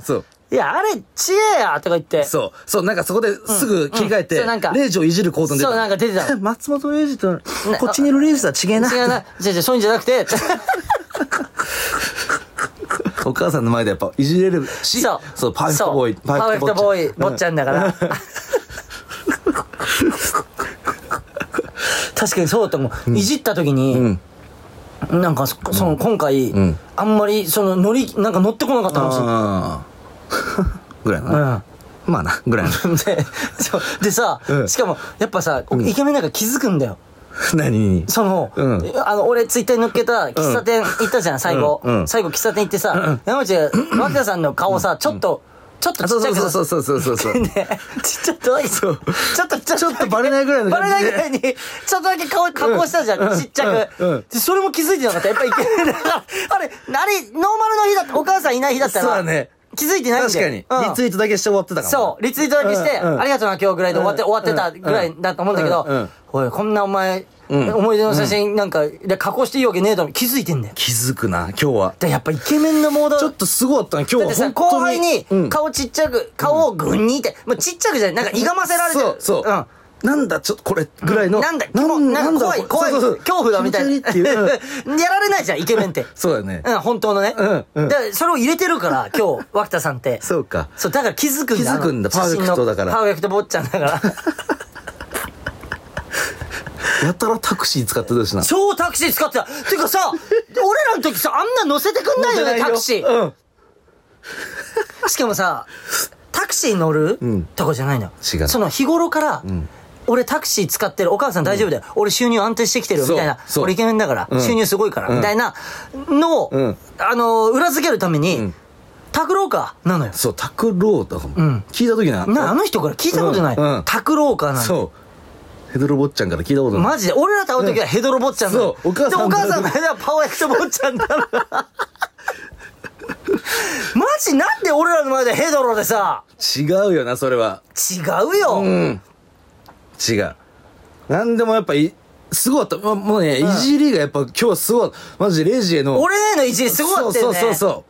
いや、あれ、ちげえやとか言って。 そう。そう、なんかそこですぐ切り替えて、 うんうん、なんか、 レイジをいじるコードに出てた。 そう、なんか出てた。 松本レイジと、こっちにいるレイジとは違えな。 違うな。じゃじゃそういうんじゃなくて。 お母さんの前でやっぱいじれるし、 そう。 そう、パーフェクトボーイ。 パーフェクトボーイ、坊ちゃんだから。確かにそうだったもん。うん、いじった時に、うんなんかその今回、うん、あんまりその乗りなんか乗ってこなかったかもしれないぐらいな、うん、まあなぐらいなで, そうでさ、うん、しかもやっぱさ、うん、イケメンなんか気づくんだよ。 何その、うん、あの俺ツイッターに載っけた喫茶店行ったじゃん最後、うんうん、最後喫茶店行ってさ、うん、山内が脇田さんの顔をさちょっと、うんちょっとちっちゃくそうそうそうそうそうそうね、ちっちゃとちょっとちょっとバレないぐらいのバレないぐらいにちょっとだけ顔加工したじゃん、うん、ちっちゃく、うんうん、それも気づいてなかったやっぱりいけないあれあれノーマルの日だったお母さんいない日だったらそうだね気づいてないんで確かに、うん、リツイートだけして終わってたかもそうリツイートだけして、うんうん、ありがとうな今日ぐらいで終わって、うん、終わってたぐらいだと思うんだけど、うんうん、おいこんなお前うん、思い出の写真なんか、うん、で加工していいわけねえだろ気づいてんだよ気づくな今日はでやっぱイケメンのモードちょっとすごかったね今日はだってさ後輩に顔ちっちゃく、うん、顔をグンにってもうちっちゃくじゃないなんかいがませられてるそうそう、うん、なんだちょっとこれぐらいの、 うん、なんだなんなんだ怖い怖い恐怖だみたいなやられないじゃんイケメンってそうだねうん本当のね、うんうん、でそれを入れてるから今日脇田さんってそうかそうだから気づくんだ気づくんだパーフェクトだからパーフェクト坊ちゃんだからやたらタクシー使ってたしな超タクシー使ってたてかさ俺らの時さあんな乗せてくんないよねタクシー、うん、しかもさタクシー乗る、うん、とこじゃないのよ違うその日頃から、うん、俺タクシー使ってるお母さん大丈夫だよ、うん、俺収入安定してきてるみたいな俺イケメンだから、うん、収入すごいから、うん、みたいなのを、うん、あの裏付けるために、うん拓郎かなのよそう拓郎だかも、うん、聞いた時ななあの人から聞いたことない拓郎かなのそうヘドロ坊ちゃんから聞いたことないマジで俺らと会う時はヘドロ坊ちゃんなのそうお母さんでお母さんの間はパワーエクト坊ちゃんだマジなんで俺らの前でヘドロでさ違うよなそれは違うようん違うなんでもやっぱいすごかった。もうね、うん、いじりがやっぱ今日はすごい。マジでレイジへの。 俺へのいじりすごかったよね。 そうそうそうそう。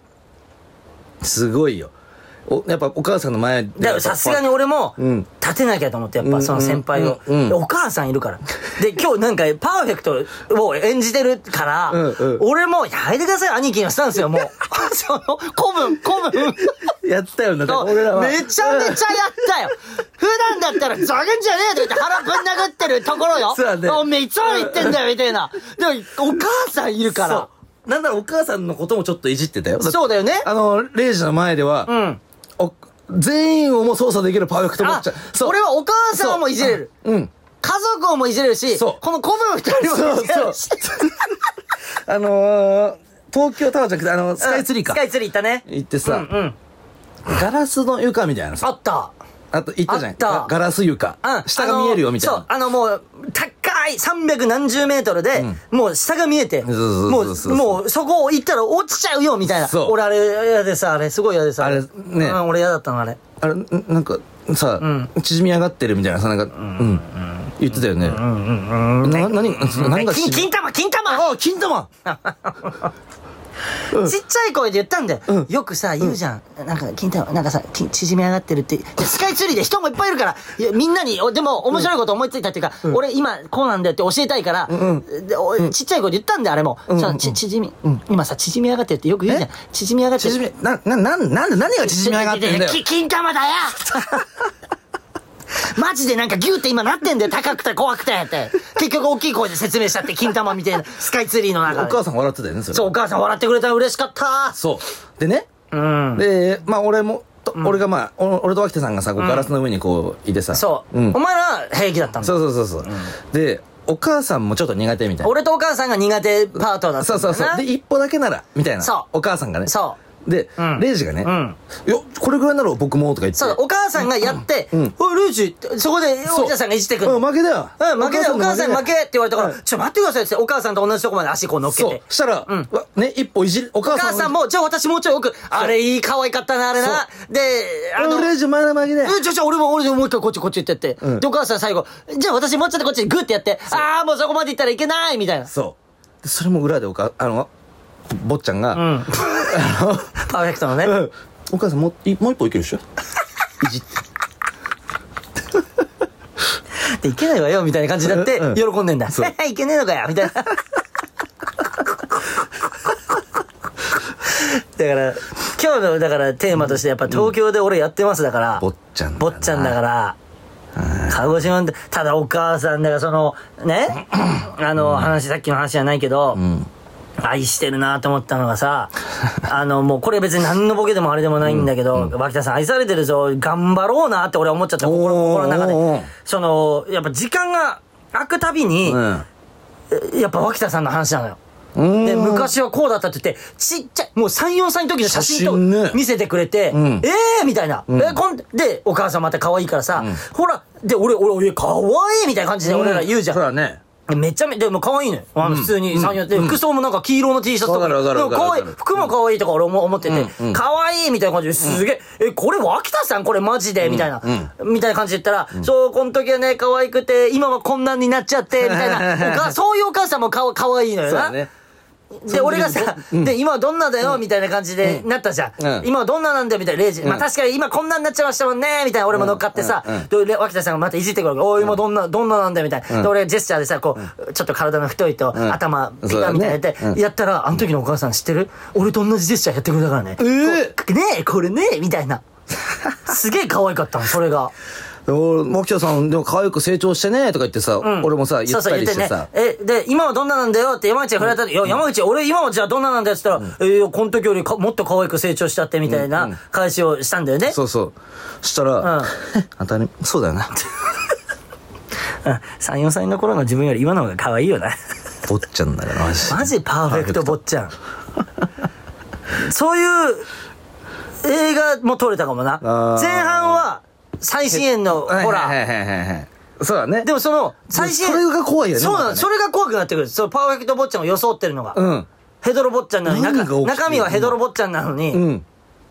すごいよ。おやっぱお母さんの前で。 だからさすがに俺も、立てなきゃと思って、やっぱその先輩を。うんうんうん、お母さんいるから。で、今日なんかパーフェクトを演じてるから、うんうん、俺も、やめてください、兄貴のスタンスよ、もう。その、古文、古文。 やったよな、俺らは。 めちゃめちゃやったよ。普段だったら、ざけんじゃねえと言って腹ぶん殴ってるところよ。そうだね。おめいつも言ってんだよ、みたいな。でも、お母さんいるから。 なんならお母さんのこともちょっといじってたよ。 そうだよね。 あの、レイジの前では、うん。お全員をも操作できるパーフェクトボッチャ。 そう。俺はお母さんもいじれる。うん。家族をもいじれるし、この古文二人もいじれるし。 あのー、東京タワーじゃなくて、あの、スカイツリーか。 スカイツリー行ったね。 行ってさ、うん。ガラスの床みたいなさ。 あった。 あと、言ったじゃん。ガラス床。うん。下が見えるよ、みたいな。 そう。あの、もう、高いさんびゃくなんじゅうメートルで、もう下が見えて、もう、もう、そこ行ったら落ちちゃうよ、みたいな。俺、あれ、嫌でさ、あれ、すごい嫌でさ。あれ、ね。俺嫌だったの、あれ。 あれ、なんか、さ、縮み上がってるみたいなさ、なんか、うん。言ってたよね。うんうんうん。な、なに、何が金玉、金玉ああ、金玉ちっちゃい声で言ったんだよ、うん、よくさ言うじゃん、うん、なんか金太郎なんかさ縮み上がってるってスカイツリーで人もいっぱいいるからいやみんなにでも面白いこと思いついたっていうか、うん、俺今こうなんだよって教えたいから、うんうん、ちっちゃい声で言ったんだよあれも、うんうん、ち縮み、うん、今さ縮み上がってるってよく言うじゃん縮み上がってる縮みななななんで何が縮み上がってるんだよ金玉だよマジでなんかギューって今なってんだよ高くて怖くてって結局大きい声で説明したって金玉みたいなスカイツリーの中でお母さん笑ってたよねそれそうお母さん笑ってくれたら嬉しかったそうでね、うん、でまあ俺もうん、俺がまあ俺と脇田さんがさこうガラスの上にこういてさ、うん、 そう、うん、お前らは平気だったんだそうそうそうそう、うん、でお母さんもちょっと苦手みたいな俺とお母さんが苦手パートだったんだなそうそうそうで一歩だけならみたいなそうお母さんがねそうで、うん、レイジがね、うん、いや、これぐらいなら僕もとか言って。 そう、お母さんがやって、うん、おい、レイジ、そこで、おじさんがいじってくる。 うん、負けだよ。 うん、負けだよ、お母さん負けって言われたから、ちょ、待ってくださいって、お母さんと同じとこまで足こう乗っけて。 そう、したら、うん、ね、一歩いじる、お母さん。 お母さんも、じゃあ私もうちょい奥、あれいい、可愛かったな、あれな。で、 あの、レイジ前の負けだよ。 うん、ちょ、ちょ、俺も、俺ももう一回こっちこっち行ってって。で、お母さん最後、じゃあ私もうちょっとこっちグッてやって、あーもうそこまで行ったらいけないみたいな。 そう。で、それも裏でおか、あの、坊ちゃんが、うん、 パーフェクトのね、うん、 お母さんもういもう一歩いけるでしょいじってでいけないわよみたいな感じになって喜んでんだ。いけねえのかよみたいな。だから今日のだからテーマとしてやっぱ東京で俺やってますだから、 坊ちゃん坊ちゃんだから鹿児島で、ただお母さんだからそのねあの話、さっきの話じゃないけど、愛してるなと思ったのがさ、あのもうこれ別に何のボケでもあれでもないんだけど、脇田さん愛されてるぞ、頑張ろうなって俺は思っちゃった。心心の中でそのやっぱ時間が空くたびに、やっぱ脇田さんの話なのよ。で昔はこうだったって言ってちっちゃいもうさん、よんさいの時の写真と見せてくれて、ね、うん、えーみたいな、うん、えこんでお母さんまた可愛いからさ、うん、ほらで俺俺俺可愛いみたいな感じで俺ら言うじゃん、うん、そうだね。めちゃめちゃでも可愛いのよ、あの普通にさん、よんで、服装もなんか黄色の T シャツとかでも可愛い、服も可愛いとか俺も思ってて、うん、可愛いみたいな感じですげえ、えこれ脇田さんこれマジでみたいな、うん、みたいな感じで言ったら、うん、そうこの時はね可愛くて今はこんなんになっちゃってみたいなそういうお母さんもか可愛いのよな。そうだね。で俺がさ、うん、で今はどんなだよみたいな感じでなったじゃん、うん、今はどんななんだよみたいなレイジ、うん、まあ確かに今こんなになっちゃいましたもんねみたいな俺も乗っかってさ、うんうん、で脇田さんがまたいじってくるからお今どんなどんななんだよみたいな、うん、で俺ジェスチャーでさこう、うん、ちょっと体の太いと、うん、頭ピカみたいなやって、うん、やったらあの時のお母さん知ってる、俺と同じジェスチャーやってくれたからね、えー、ねえこれねえみたいなすげえ可愛かったのそれが。 牧田さんでも可愛く成長してねとか言ってさ、うん、俺もさ言ったりしてさ、 そうそう言ってね、えで今はどんななんだよって山内が振られたら、うん、いや山内俺今はじゃあどんななんだよって言ったら、うん、えー、この時よりかもっと可愛く成長しちゃってみたいな返しをしたんだよね、うんうん、 そうそうしたら、うん、当たりそうだよなさん、よんさいの頃の自分より今の方が可愛いよな坊ちゃんだからマジマジパーフェクト坊ちゃんそういう映画も撮れたかもな。前半は最新鋭のホラー。 そうだね。 でもその最新それが怖いよね。 そうなの、ね、それが怖くなってくる。そのパーフェクト坊ちゃんを装ってるのが、うん、ヘドロ坊ちゃんなのに中中身はヘドロ坊ちゃんなのに、うん、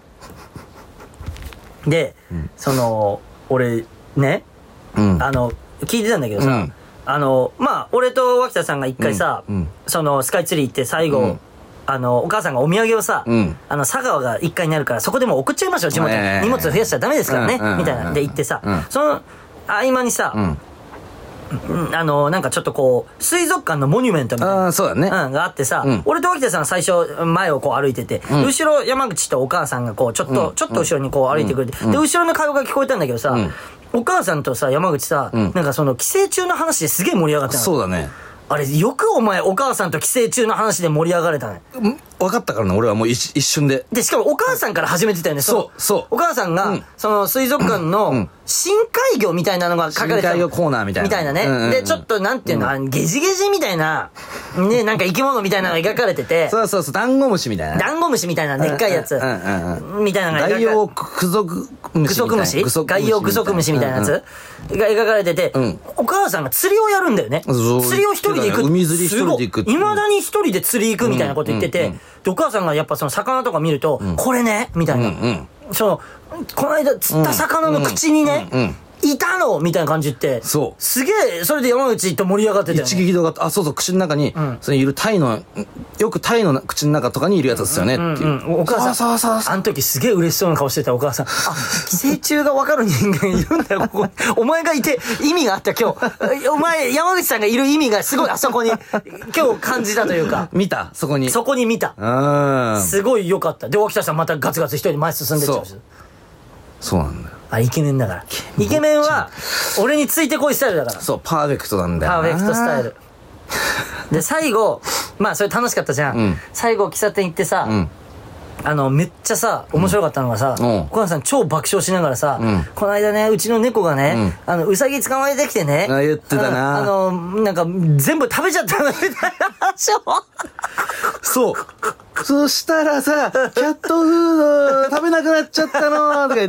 で、うん、その俺ね、うん、あの聞いてたんだけどさ、うん、あのまあ俺と脇田さんが一回さ、うん、そのスカイツリー行って最後、うん、あのお母さんがお土産をさ、うん、あの佐川がいっかいにあるからそこでもう送っちゃいましょう地元に、えー、荷物増やしちゃダメですからね、うん、みたいなで行ってさ、うん、その合間にさ、うん、あのなんかちょっとこう水族館のモニュメントみたいな、 あそうだね、 うん、があってさ、うん、俺と脇田さん最初前をこう歩いてて、うん、後ろ山口とお母さんがこうちょっと、うん、ちょっと後ろにこう歩いてくれて、うん、で後ろの会話が聞こえたんだけどさ、うん、お母さんとさ山口さ、うん、なんかその寄生虫の話ですげえ盛り上がってたの。 そうだね。 あれよくお前お母さんと寄生虫の話で盛り上がれたね。 分かったからね俺はもう 一, 一瞬で。 でしかもお母さんから始めてたよね。 そうそう。 お母さんが、うん、その水族館の深海魚みたいなのが書かれてた。 深海魚コーナーみたいな。 みたいなね。うんうんうん、でちょっとなんていうの、うん、ゲジゲジみたいなねなんか生き物みたいなのが描かれてて。 そうそうそうダンゴムシみたいな。 ダンゴムシみたいなでっかいやつ、うんうんうん、みたいなのが描かれて。 外洋クソクムシ。 グソクムシ？外洋グソクムシみたいなやつ、うんうん、が描かれてて、うん、お母さんが釣りをやるんだよね。釣りを一人で行く。 海釣り一人で行く。 いまだに一人で釣り行くみたいなこと言ってて、うんうんうん、でお母さんがやっぱその魚とか見ると、うん、これねみたいな、うんうん、そのこの間釣った魚の口にね、うんうんうんいたのみたいな感じって。そう。すげえ、それで山口と盛り上がってたよね。 一撃動画、あ、そうそう、口の中に、うん、それいるタイの、よくタイの口の中とかにいるやつですよね、っていう。うんうん、お母さん、そうそうそう。あの時すげえ嬉しそうな顔してたお母さん。あ、寄生虫が分かる人間いるんだよ、ここ。お前がいて意味があった今日。お前、山口さんがいる意味がすごいあそこに、今日感じたというか。 見たそこに。 そこに見た。うん。すごい良かった。で、脇田さんまたガツガツ一人で前進んでっちゃうし。 そうなんだよ。 あ、イケメンだから。イケメンは、俺についてこいスタイルだから。 そう、パーフェクトなんだよな。 パーフェクトスタイル。で、最後、まあ、それ楽しかったじゃん。うん、最後、喫茶店行ってさ、うん、あの、めっちゃさ、面白かったのがさ、うん、お母さん超爆笑しながらさ、うん、この間ね、うちの猫がね、うん、あの、うさぎ捕まえてきてね、 あ、言ってたな。 あの、なんか、全部食べちゃったみたいな話を。 そう。そしたらさ、キャットフード食べなくなっちゃったのとか言って。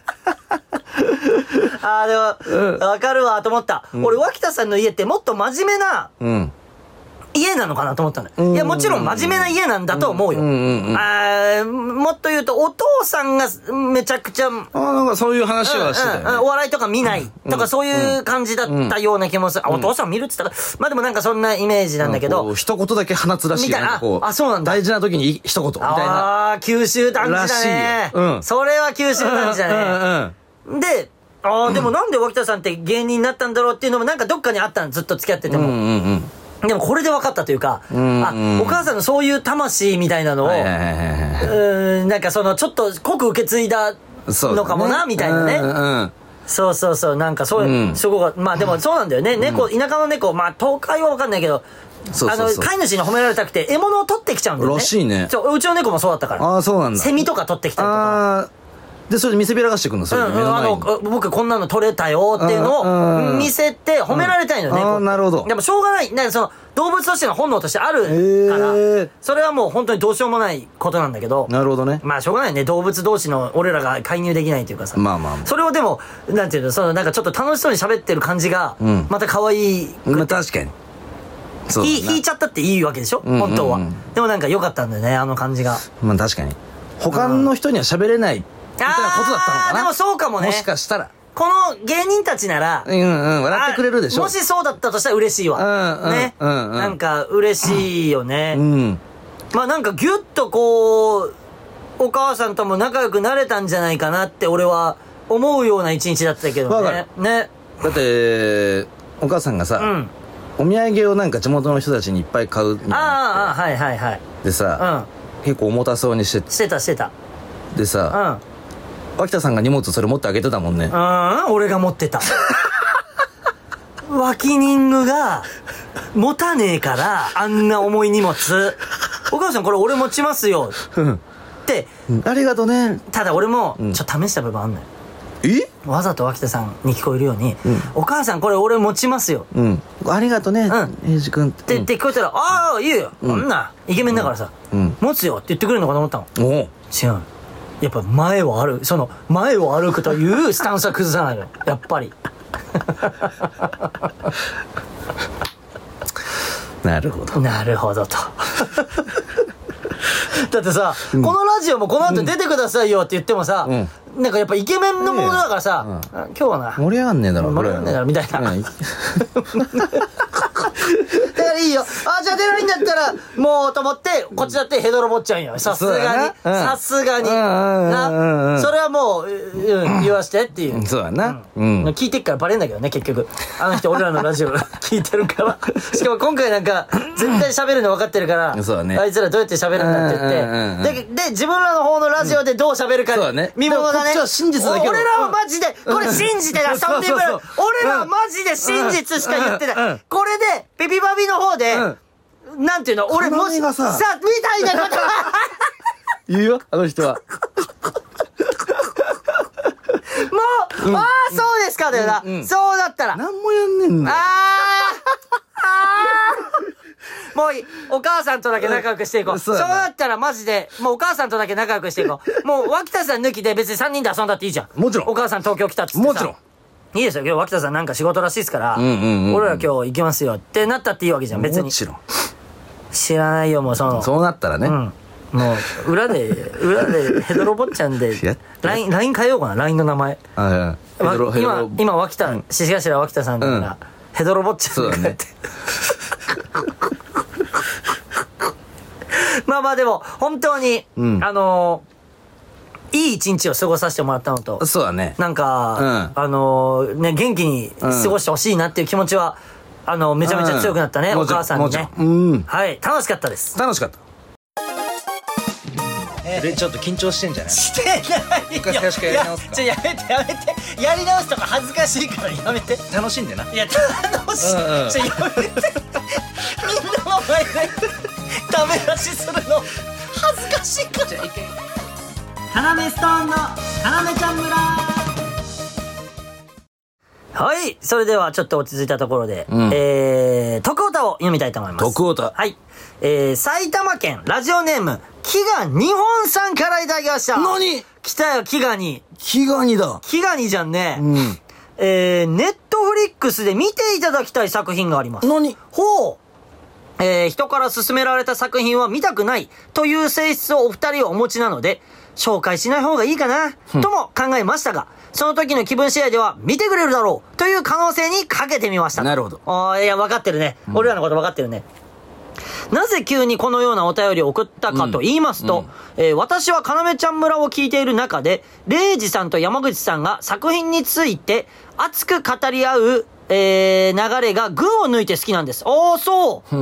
あーでも、うん、分かるわと思った、うん、俺脇田さんの家ってもっと真面目な、うん、 家なのかなと思ったのよ。いや、もちろん真面目な家なんだと思うよ。あもっと言うと、お父さんがめちゃくちゃ、 あなんかそういう話はしてたよね、 うんうん、お笑いとか見ないとかそういう感じだったような気もする。うん、あ、お父さん見るって言ったら、まあでもなんかそんなイメージなんだけど。 一言だけ放つらしいよ。 みたいな。あ、そうなんだ。 大事な時に一言みたいな。 ああ、九州男児だね。うん。それは九州男児だね。うんうん、で、ああ、でもなんで脇田さんって芸人になったんだろうっていうのもなんかどっかにあったの、ずっと付き合ってても。うんうんうんでもこれで分かったというか、うんうん、あ、お母さんのそういう魂みたいなのを、うん、なんかそのちょっと濃く受け継いだのかもな、ね、みたいなね、うんうん。そうそうそう、なんかそういう、うん、そこが、まあでもそうなんだよね、うん、猫、田舎の猫、まあ東海は分かんないけど、そうそうそう、あの、飼い主に褒められたくて獲物を取ってきちゃうんだよね。らしいね。そう、うちの猫もそうだったから。ああ、そうなんだ。セミとか取ってきたりとか。で、それで見せびらかしてくるの、それで目の前に、うん、あの、僕こんなの取れたよっていうのを見せて褒められたいのね。ああ、なるほど。でもしょうがない。なんかその、動物としての本能としてあるから、それはもう本当にどうしようもないことなんだけど。なるほどね。まあしょうがないね。動物同士の俺らが介入できないというかさ。まあまあまあ。それをでも、なんていうの、そのなんかちょっと楽しそうに喋ってる感じが、また可愛い。まあ確かに。そう。引いちゃったっていいわけでしょ、本当は。でもなんか良かったんだよね、あの感じが。まあ確かに。他の人には喋れない。みたいなことだったのかな。でもそうかもね。もしかしたら。この芸人たちなら、うんうん、笑ってくれるでしょ。もしそうだったとしたら嬉しいわ。うん、ね。うん、なんか嬉しいよね。うん。まあなんかギュッとこう、お母さんとも仲良くなれたんじゃないかなって俺は思うような一日だったけどね。ね。だって、お母さんがさ、うん、お土産をなんか地元の人たちにいっぱい買うみたいな。ああ、はいはいはい。でさ、うん、結構重たそうにして。してたしてた。でさ、うん。脇田さんが荷物それ持ってあげてたもんね。うん、俺が持ってた。脇人具が持たねえからあんな重い荷物。お母さんこれ俺持ちますよってありがとね。ただ俺もちょっと試した部分あんのよ。えわざと脇田さんに聞こえるように、うん、お母さんこれ俺持ちますよ、うん、ありがとね英二君って、うん、って聞こえたら、ああいいよ、こんなイケメンだからさ、うん、持つよって言ってくれるのかと思ったの。お違う、やっぱ前を歩く、その前を歩くというスタンスは崩さないのよ、やっぱり。なるほど。なるほどと。だってさ、うん、このラジオもこの後出てくださいよって言ってもさ、うん、なんかやっぱイケメンのものだからさ、うん、今日はな盛り上がんねえだろ、盛り上がんねえだろみたいな。だからいいよ、あじゃあ出ないんだったらもうと思ってこっちだってヘドロボっちゃうんよ、さすがにさすがにな。それはもう、うん、言わしてっていう。そうだな、うんうん、聞いてっからバレんだけどね、結局あの人俺らのラジオ聞いてるから。しかも今回なんか絶対喋るの分かってるから、そうだね、あいつらどうやって喋るんだって言って、でで自分らの方のラジオでどう喋るか見ものだね。こっちは真実だけど、俺らはマジでこれ信じて遊んでくれる。俺らはマジで真実しか言ってない。これでビビバビの方で、うん、なんていうの、俺もしさ、さみたいなこと言うよ、あの人は。もう、うん、ああ、そうですかだよな、うんうん、そうだったら。なんもやんねんな。ああもういい。お母さんとだけ仲良くしていこう。うん、そうだったらマジで、もうお母さんとだけ仲良くしていこう。もう脇田さん抜きで別にさんにんで遊んだっていいじゃん。もちろん。お母さん東京来たっつってさ。もちろん。いいですよ、今日脇田さんなんか仕事らしいですから、うんうんうんうん、俺ら今日行きますよってなったっていいわけじゃん、別に。もちろん。知らないよ、もうその。そうなったらね。うん、もう、裏で、裏でヘドロ坊ちゃんで、ライン、ライン変えようかな、ライン の名前。ああ今、今、脇田、獅子頭脇田さんから、うん、ヘドロ坊ちゃんって。そうだね。まあまあでも、本当に、うん、あのー、いい一日を過ごさせてもらったのと、そうだね、なんか、うん、あのー、ね、元気に過ごしてほしいなっていう気持ちは、うん、あのめちゃめちゃ強くなったね、うん、お母さんにね、うん、はい楽しかったです。楽しかった。えー、でちょっと緊張してんじゃない？してないよ。最初からやり直すか。ちょやめてやめて、やり直すとか恥ずかしいからやめて。楽しんでな。いや楽しい、うんうん、ちょやめて。みんなの前でダメ出しするの恥ずかしいから。じゃあ一回カナメストーンのカナメちゃん村。はい、それではちょっと落ち着いたところで、うん、えー、徳歌を読みたいと思います。徳歌。はい。えー、埼玉県ラジオネームキガ日本さんからいただきました。何？来たよ、キガニ。キガニだ。キガニじゃんね。うん。えー、ネットフリックスで見ていただきたい作品があります。何？ほう。 えー、人から勧められた作品は見たくないという性質をお二人はお持ちなので、紹介しない方がいいかな、とも考えましたが、その時の気分次第では見てくれるだろうという可能性にかけてみました。 なるほど。 ああ、いや、分かってるね。うん、俺らのこと分かってるね。なぜ急にこのようなお便りを送ったかと言いますと、うんうん、えー、私はかなめちゃん村を聞いている中で、レイジさんと山口さんが作品について熱く語り合う、えー、流れが群を抜いて好きなんです。おー、そう、うん、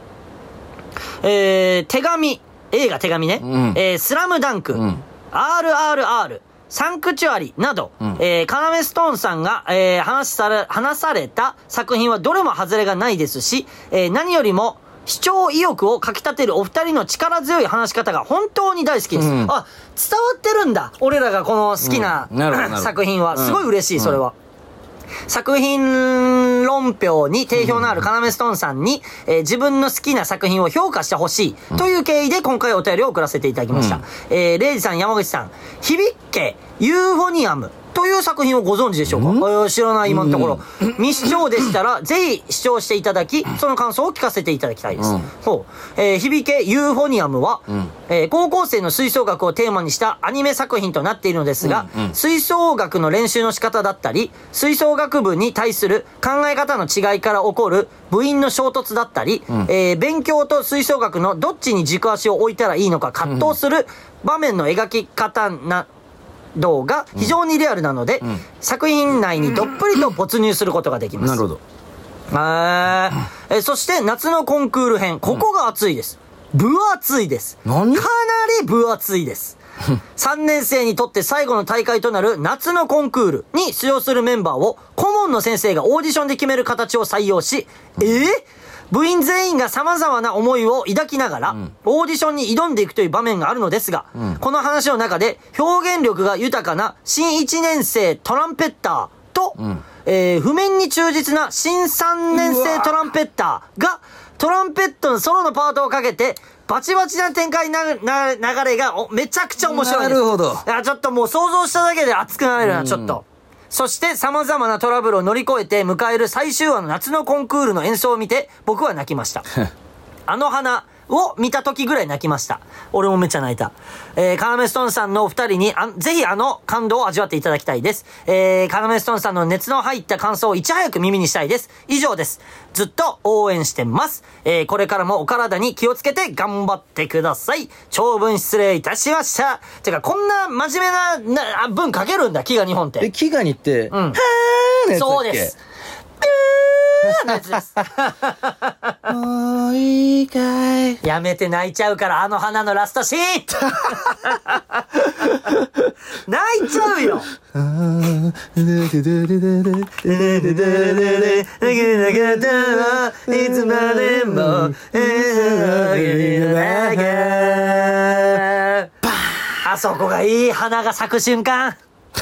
えー、手紙、映画手紙ね、うん、えー、スラムダンク、うん、アールアールアール、サンクチュアリなど、うん、えー、カナメストーンさんが、えー、話され、話された作品はどれも外れがないですし、えー、何よりも視聴意欲をかき立てるお二人の力強い話し方が本当に大好きです。うん、あ、伝わってるんだ。俺らがこの好きな、うん、作品は。すごい嬉しい、うん、それは。作品論評に定評のあるカナメストーンさんに、えー、自分の好きな作品を評価してほしいという経緯で今回お便りを送らせていただきました。うん、えー、レイジさん、山口さん、響けユーフォニアムという作品をご存知でしょうか？うん、えー、知らない今のところ。うん、未視聴でしたら、ぜひ視聴していただき、その感想を聞かせていただきたいです。うん、そう。えー、響けユーフォニアムは、うん、えー、高校生の吹奏楽をテーマにしたアニメ作品となっているのですが、うんうん、吹奏楽の練習の仕方だったり、吹奏楽部に対する考え方の違いから起こる部員の衝突だったり、うん、えー、勉強と吹奏楽のどっちに軸足を置いたらいいのか葛藤する場面の描き方な、動が非常にリアルなので、うん、作品内にどっぷりと没入することができます。 なるほど。 あー、えそして夏のコンクール編、ここが熱いです。分厚いです。 何？ かなり分厚いです。さんねん生にとって最後の大会となる夏のコンクールに出場するメンバーを顧問の先生がオーディションで決める形を採用し、えー部員全員が様々な思いを抱きながら、うん、オーディションに挑んでいくという場面があるのですが、うん、この話の中で表現力が豊かな新いちねん生トランペッターと、うん、えー、譜面に忠実な新さんねん生トランペッターが、トランペットのソロのパートをかけて、バチバチな展開な、な、流れがめちゃくちゃ面白いです。 なるほど。 いや、ちょっともう想像しただけで熱くなれるな、ちょっと。そして様々なトラブルを乗り越えて迎える最終話の夏のコンクールの演奏を見て僕は泣きました。あの花を見た時ぐらい泣きました。俺もめっちゃ泣いた。えー、カナメストーンさんのお二人にあぜひあの感動を味わっていただきたいです。えー、カナメストーンさんの熱の入った感想をいち早く耳にしたいです。以上です。ずっと応援してます。えー、これからもお体に気をつけて頑張ってください。長文失礼いたしました。てかこんな真面目なな文書けるんだ、飢餓日本って。 え、飢餓にって、 うん。はーそうです。のやつです。もういいかい。やめて泣いちゃうから、あの花のラストシーン泣いちゃうよ。いつまでもあそこがいい花が咲く瞬間。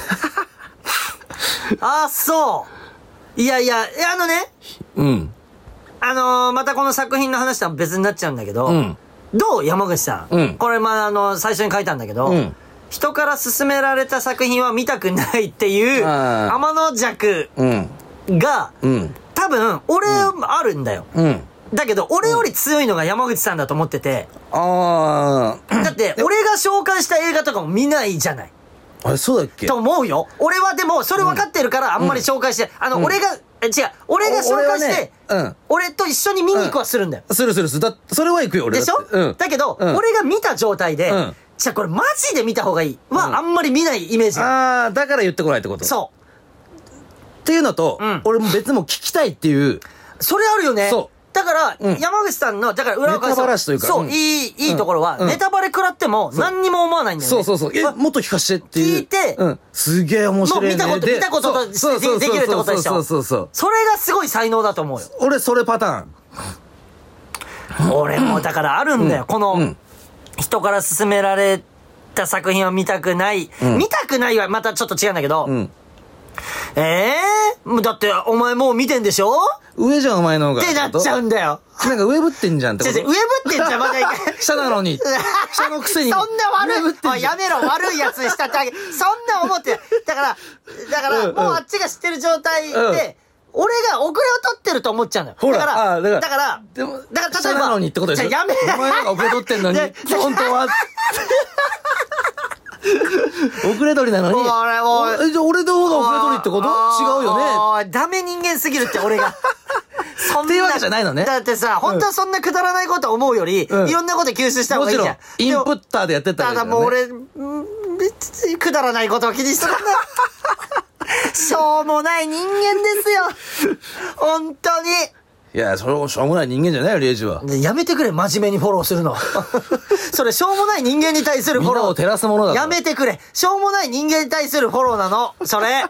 あ、そう。いやいや、あのね。 うん。 あのー、またこの作品の話とは別になっちゃうんだけど、うん、どう山口さん。うん、これまあ、あの、最初に書いたんだけど、うん、人から勧められた作品は見たくないっていう、天の弱が、うん、多分、俺あるんだよ。うん、だけど、俺より強いのが山口さんだと思ってて、 あーだって、俺が紹介した映画とかも見ないじゃない。 あれ、そうだっけと思うよ。俺はでも、それ分かってるから、あんまり紹介して、うん、あの、うん、俺が、違う、俺が紹介して、ねうん、俺と一緒に見に行くはするんだよ。 うん、するするする。だそれは行くよ、俺でしょ、うん、だけど、うん、俺が見た状態で、うん、じゃあこれマジで見た方がいいは、うん、あんまり見ないイメージ。 ああ、だから言ってこないってこと。 そう。 っていうのと、うん、俺も別も聞きたいっていう。 それあるよね。 そう。 だから、うん、山口さんの、だから裏を返す。 ネタバラシというか。 そう、うん、いい、いいところは、うん、ネタバレ食らっても何にも思わないんだよね。 そうそうそう。え、もっと聞かしてっていう。 聞いて、 うん。すげえ面白いね。 もう見たこと、見たこととしてできるってことでしょ。 そうそうそう。 それがすごい才能だと思うよ。 俺、それパターン。俺も、だからあるんだよ。うん、この、うん、人から勧められた作品は見たくない。うん、見たくないはまたちょっと違うんだけど、うん、ええー、だって、お前もう見てんでしょ上じゃん、お前の方が。 ってなっちゃうんだよ。 なんか上ぶってんじゃんってこと。 上ぶってんじゃん、まだいか下なのに。下のくせに。 そんな悪い。おい、やめろ、悪いやつにしたってあげ。そんな思って。だから、だから、もうあっちが知ってる状態で、俺が遅れを取ってってると思っちゃうのよ。 ほらだから、 あだからだから、 でも、 だから例えば。 下なのにってことでしょ。 じゃあやめお前が遅れとってんのに、本当は。遅れとりなのに。 俺もう。 え、じゃあ俺の方が遅れとりってこと違うよね。 おい、ダメ人間すぎるって、俺が。 そんな。っていうわけじゃないのね。 だってさ、本当はそんなくだらないこと思うより、 うん、 いろんなこと吸収した方がいいじゃん。 インプッターでやってたら、ね。ただもう俺、別にくだらないことを気にしとらんな。しょうもない人間ですよ。本当に。 いや、それもしょうもない人間じゃないよ、リエジは。 やめてくれ、真面目にフォローするの。それ、しょうもない人間に対するフォロー。 みんなを照らすものだ。 やめてくれ。しょうもない人間に対するフォローなの。それ。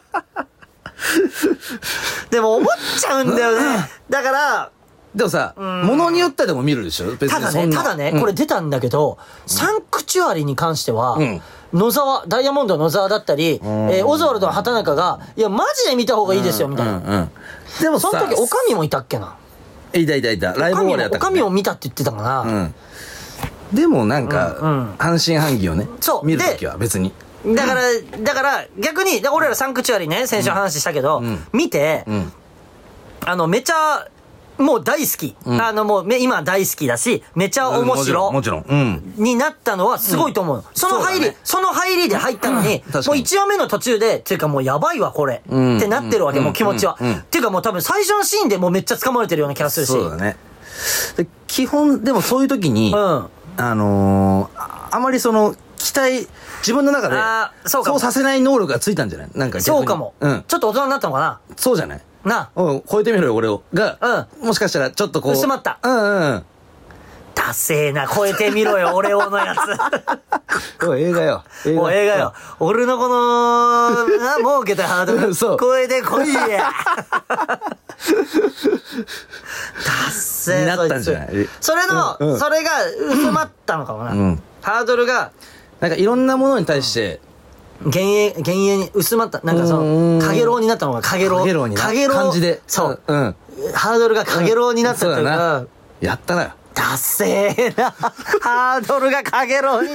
でも思っちゃうんだよね。だから、 でもさ、ものによってでも見るでしょ、別に。 ただね、ただね、うん、これ出たんだけど、サンクチュアリに関しては、うん、野沢、ダイヤモンド野沢だったり、えー、オズワルドの畑中が、いや、マジで見た方がいいですよ、みたいな。うんうんうん、 でもその時、おかみもいたっけな。 いたいたいた。ライブ終わりやったから、ね。おかみも見たって言ってたかな。うん、 でもなんか、うんうん、半信半疑をね、そう見るときは別に。 だから、だから逆に、俺らサンクチュアリね、先週話したけど、うん、見て、うん、あの、めちゃ、もう大好き。うん、あの、もう、今大好きだし、めちゃ面白。 もちろん。うん。 になったのはすごいと思う。うん、その入り、そ,、ね、その入りで入ったのに、うん、もういちわめの途中で、っていうかもうやばいわ、これ。うん、ってなってるわけ、うん、もう気持ちは。うん、っていうかもう多分最初のシーンでもうめっちゃ掴まれてるような気がするし。 そうだね。で基本、でもそういう時に、うん、あのー、あまりその、期待、自分の中で、そう、そうさせない能力がついたんじゃないなんか逆に。 そうかも。うん。ちょっと大人になったのかなそうじゃないなあ。うん、超えてみろよ、俺を。が、うん。もしかしたら、ちょっとこう。 薄まった。 うんうん。 ダセーな、超えてみろよ、俺をのやつ。おい、映画よ。 映画。おい、映画よ。俺のこの、な、儲けたハードル。そう。超えてこいや。ダッセー。 になったんじゃないそれの、うんうん、それが薄まったのかもな。うん。ハードルが。 なんかいろんなものに対して、 幻影、幻影に薄まった。なんかその、かげろうになったのがかげろう。 かげろうになった感じで。 そう。うん。ハードルがかげろうになったっていうか。 やったなよ。 ダッセーな。ハードルがかげろうになった。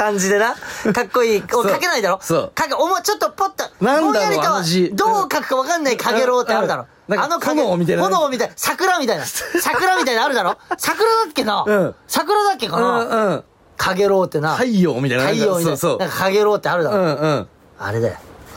感じでな。かっこいい。書けないだろそう。かけ、おも、ちょっとポッと。 なんだろう、 ぼんやりとどう書くかわかんないかげろうってあるだろ。 あの炎みたいな。 炎みたいな。桜みたいな。桜みたいなあるだろ桜だっけなうん。桜だっけかなうんうん。かげろうってな。 太陽みたいな。 太陽みたいな。そうそう。なんかかげろうってあるだろ。うんうん。あれだよ。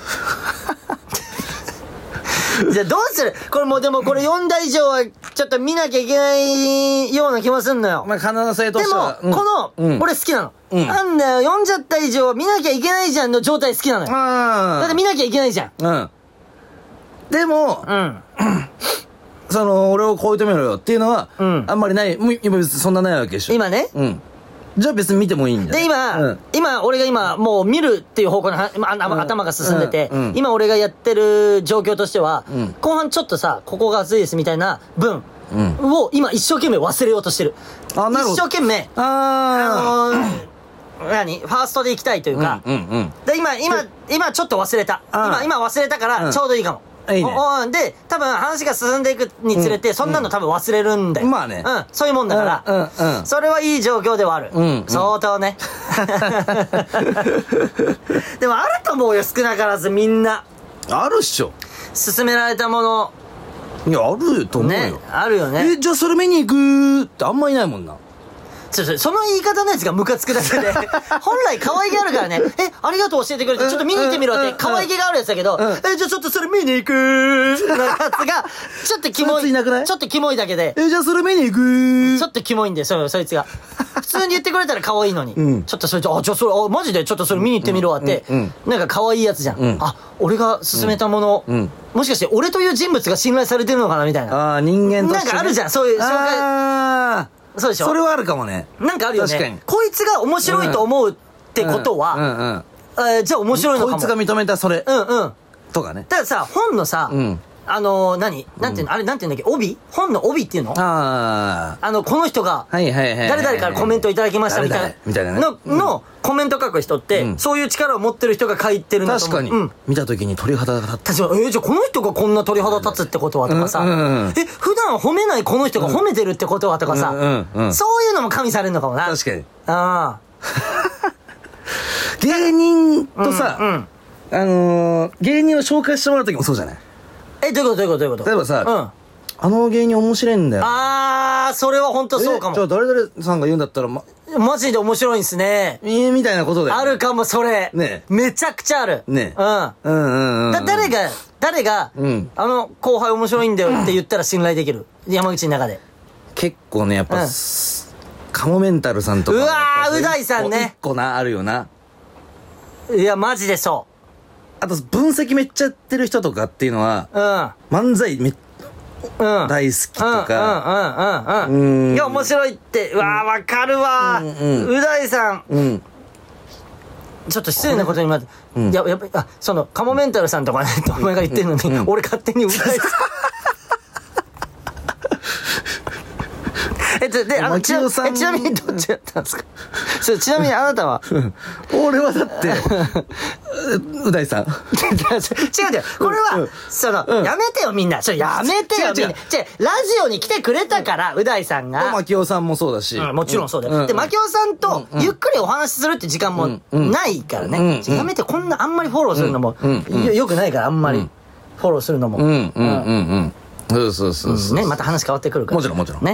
じゃあどうするこれもうでもこれよんだい以上はちょっと見なきゃいけないような気もすんのよ。 まあ可能性としては。 でも、この、俺好きなの。なんだよ、読んじゃった以上は見なきゃいけないじゃんの状態好きなのよ。だって見なきゃいけないじゃん。うん。 でも、うん。その、俺を超えてみろよっていうのは、うん、あんまりない、今別にそんなないわけでしょ。 今ね。 うん。じゃあ別に見てもいいんだよ。 で、今、うん、今、俺が今、もう見るっていう方向の、まあ、頭が進んでて、うんうん、今俺がやってる状況としては、うん、後半ちょっとさ、ここが熱いですみたいな分を、今一生懸命忘れようとしてる。あ、なるほど。一生懸命、あ、あのー、何ファーストで行きたいというか、うんうんうん、で今、今、今ちょっと忘れた。今、今忘れたからちょうどいいかも。うんいいね、で、多分話が進んでいくにつれて、うん、そんなの多分忘れるんだよ。 まあね。 うん、そういうもんだから、うんうんうん、それはいい状況ではある。うん、相当ね。でもあると思うよ、少なからずみんな。 あるっしょ。 勧められたもの。 いや、あると思うよ。 ね、あるよね。 え、じゃあそれ見に行くってあんまいないもんな。 その言い方のやつがムカつくだけで本来可愛げあるからねえありがとう教えてくれてちょっと見に行ってみろって可愛げがあるやつだけど、うん、えじゃあちょっとそれ見に行くのやつがちょっとキモいちょっとキモいだけでえじゃあそれ見に行くちょっとキモいんでそそいつが普通に言ってくれたら可愛いのに、うん、ちょっとそれあじゃあそれあマジでちょっとそれ見に行ってみろわって、うんうんうん、なんか可愛いやつじゃん、うん、あ俺が勧めたもの、うん、もしかして俺という人物が信頼されてるのかなみたいなあ人間として、ね、 なんかあるじゃんそういう紹介あそうでしょそれはあるかもね。 なんかあるよね。確かに。こいつが面白いと思うってことは、うんうんうんうん、じゃあ面白いのかも。 こいつが認めたそれ。 うんうん。 とかね。 たださ、本のさ、うん、あのー、何なんていうの、うん、あれなんていうんだっけ帯本の帯っていうのああ。あの、この人が、はいはいはい。誰々からコメントいただきましたみたいな。みたいなね。の、うん、のコメント書く人って、うん、そういう力を持ってる人が書いてるんだと思う。 確かに。うん、見た時に鳥肌が立った。 確かに。えー、じゃあこの人がこんな鳥肌立つってことはとかさ、うんうんうん、え、普段褒めないこの人が褒めてるってことはとかさ、うんうんうん、そういうのも加味されるのかもな。 確かに。 ああ。 芸人とさ、うんうん、あのー、芸人を紹介してもらう時もそうじゃないえ、どういうことどういうことどういうこと例えばさ、 うん。 あの芸人面白いんだよ。 あー、それは本当そうかも。 えじゃあ誰々さんが言うんだったら、ま、 マジで面白いんすね。 えーみたいなことで。 あるかも、それ。 ねめちゃくちゃある。 ねうん。 うんうんうん。 だ、誰が、誰が、 うんあの後輩面白いんだよって言ったら信頼できる。山口の中で。 結構ね、やっぱ、 うんカモメンタルさんとか。 うわーやっぱう大さんね一個な、あるよな。 いや、マジでそあと、分析めっちゃやってる人とかっていうのは、 う。うん。 漫才めっうん。 大好きとか、 うんうんうんうん。 うんいや、面白いって、うわー、わかるわうんー。 うんう大さん。 うん。 ちょっと失礼なことにまず、 うんや、やっぱり、あ、その、カモメンタルさんとかね、ってお前が言ってるのに、 うん俺勝手にう大さん。え、で、で、あの、ちな牧雄さんえちなみにどっちだったんですかそれちなみにあなたは俺はだって、うう大さん。 違う違う。これは、その、 うんやめてよみんな。それやめてよみんな。 違う違う違う、ラジオに来てくれたから、う大さんが。 牧雄さんもそうだし。 うん、もちろんそうだよ。 うんで、牧雄さんとうんゆっくりお話しするって時間もうんないからね。 うんちょやめて、こんなあんまりフォローするのも、 うんうんよよくないから、あんまりフォローするのも。 うんうんうんうん。そうそうそうそう。 ね、また話変わってくるから。 もちろんもちろんね。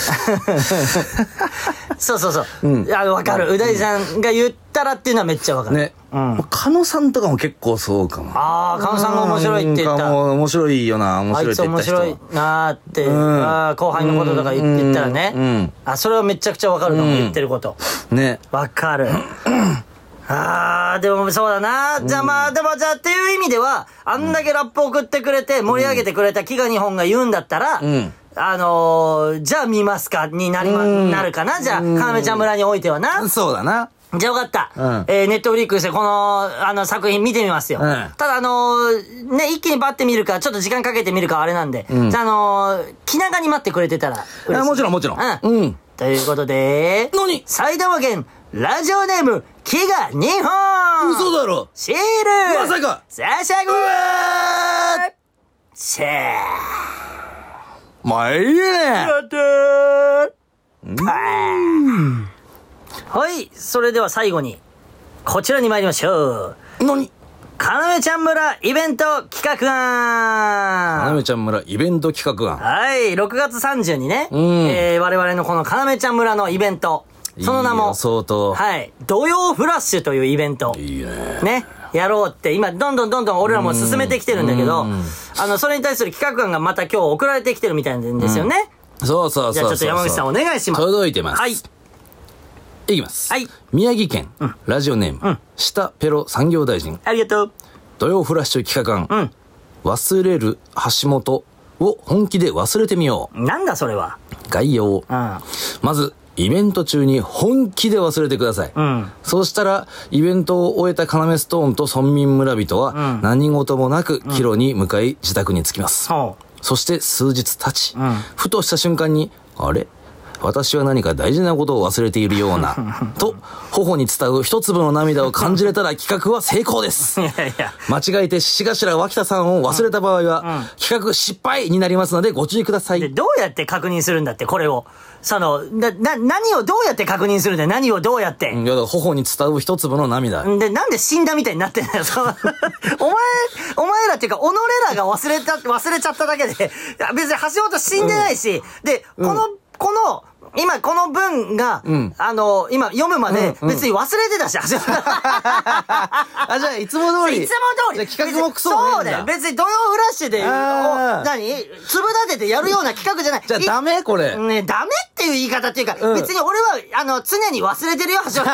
そうそうそう。 うんあの、わかる。う大さんが言ったらっていうのはめっちゃわかる。 ね。 うん。 狩野さんとかも結構そうかも。 ああ、狩野さんが面白いって言った。 なんかもう面白いよな、面あいつ白いって言った人。 面白いなーって、 うんあー後輩のこととか言うん言ったらね、 うんあ、それはめちゃくちゃわかるかも、 うん言ってること。 ね。 わかる。あー、でもそうだな。じゃあまあ、でもじゃあっていう意味では、あんだけラップ送ってくれて盛り上げてくれた飢餓日本が言うんだったら、 うんあのー、じゃあ見ますかになりま、 うんなるかな。じゃあ、かなめちゃん村においてはな。 そうだな。 じゃあよかった。 うんえー、ネットフリックスでこの、あの、作品見てみますよ。 うんただあのー、ね、一気にバッて見るか、ちょっと時間かけて見るかはあれなんで、 うんじゃああのー、気長に待ってくれてたら嬉しい。 あもちろんもちろん。 うん。 うん。 ということで、 何埼玉県、ラジオネーム、飢餓日本嘘だろ。 シールまさか差し上げうわーシェーまあいいね。 やったーパーはい、それでは最後に、こちらに参りましょう。 何かなめちゃん村イベント企画案かなめちゃん村イベント企画案。 はい、ろくがつさんじゅうにね、 うんえー、我々のこのかなめちゃん村のイベント、その名も、 いいよ相当。 はい、土曜フラッシュというイベント。 いいね。 ね、やろうって、今、どんどんどんどん俺らも進めてきてるんだけどうん、 あの、それに対する企画案がまた今日送られてきてるみたいなんですよね。 そうそうそうそう。 じゃあちょっと山口さんお願いします。 届いてます。 はい。 いきます。 はい。 宮城県、ラジオネーム、下ペロ産業大臣、 ありがとう。 土曜フラッシュ企画案、 うん。 忘れる橋本を本気で忘れてみよなんだそれは。 う。概要。 うん。 まず、イベント中に本気で忘れてください。 うん。 そうしたら、イベントを終えた要ストーンと村民村人は、 ん何事もなく帰路に向かい自宅に着きます。 ほそして数日経ち、 んふとした瞬間に、あれ私は何か大事なことを忘れているような、と、頬に伝う一粒の涙を感じれたら企画は成功です。 う。いやいや。 間違えて獅子頭脇田さんを忘れた場合は、企画失敗になりますのでご注意くださで、 い。 どうやって確認するんだって、これを。その、な、な、何をどうやって確認するんだよ、何をどうやって。 いや、頬に伝う一粒の涙。 で、なんで死んだみたいになってんだよ、そのお前、お前らっていうか、己らが忘れた、忘れちゃっただけで、いや別に橋本死んでないし、で、この、この、今この文が、 んあの、今読むまで、 うんうん別に忘れてたし、橋本。 あ、じゃあ、いつも通り。 いつも通り。 じゃあ企画もクソもねえんだそうだよ。別に土曜フラッシュで、おあー何粒立ててやるような企画じゃない。 じゃあ、ダメこれ。 ね、ダメっていう言い方っていうか、 うん別に俺は、あの、常に忘れてるよ、橋本。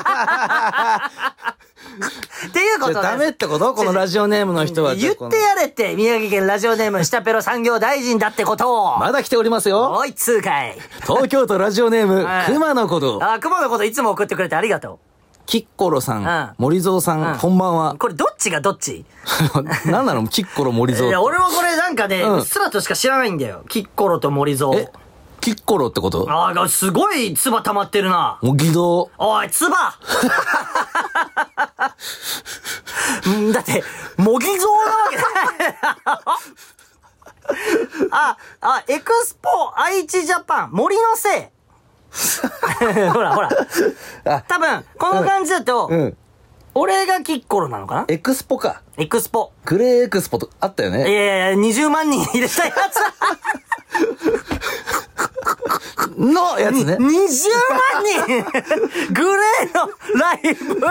っていうことです。 じゃあダメってことこのラジオネームの人は。 言ってやれって、宮城県ラジオネーム、下ペロ産業大臣だってことを。 まだ来ておりますよ。 おい、通会。 東京都ラジオネームはい、 熊のこと。 あ、熊のこといつも送ってくれてありがとキッコロさうんん、森蔵さうんん、こんばんう。 は。 これどっちがどっちなんなのキッコロ森蔵って。 いや、俺もこれなんかね、 うんうっすらとしか知らないんだよ。キッコロと森蔵。 えキッコロってことああ、すごい唾溜まってるな。 もぎどおい、唾うんだって、模擬像なわけない。あ、あ、エクスポ愛知ジャパン、森のせい。ほらほら。多分、この感じだと、 うん。 俺がキッコロなのかな。 エクスポか。 エクスポ。 グレーエクスポとあったよね。 いやいや、にじゅうまんにん入れたやつ。 のやつね。 にじゅうまんにんグレーのライブ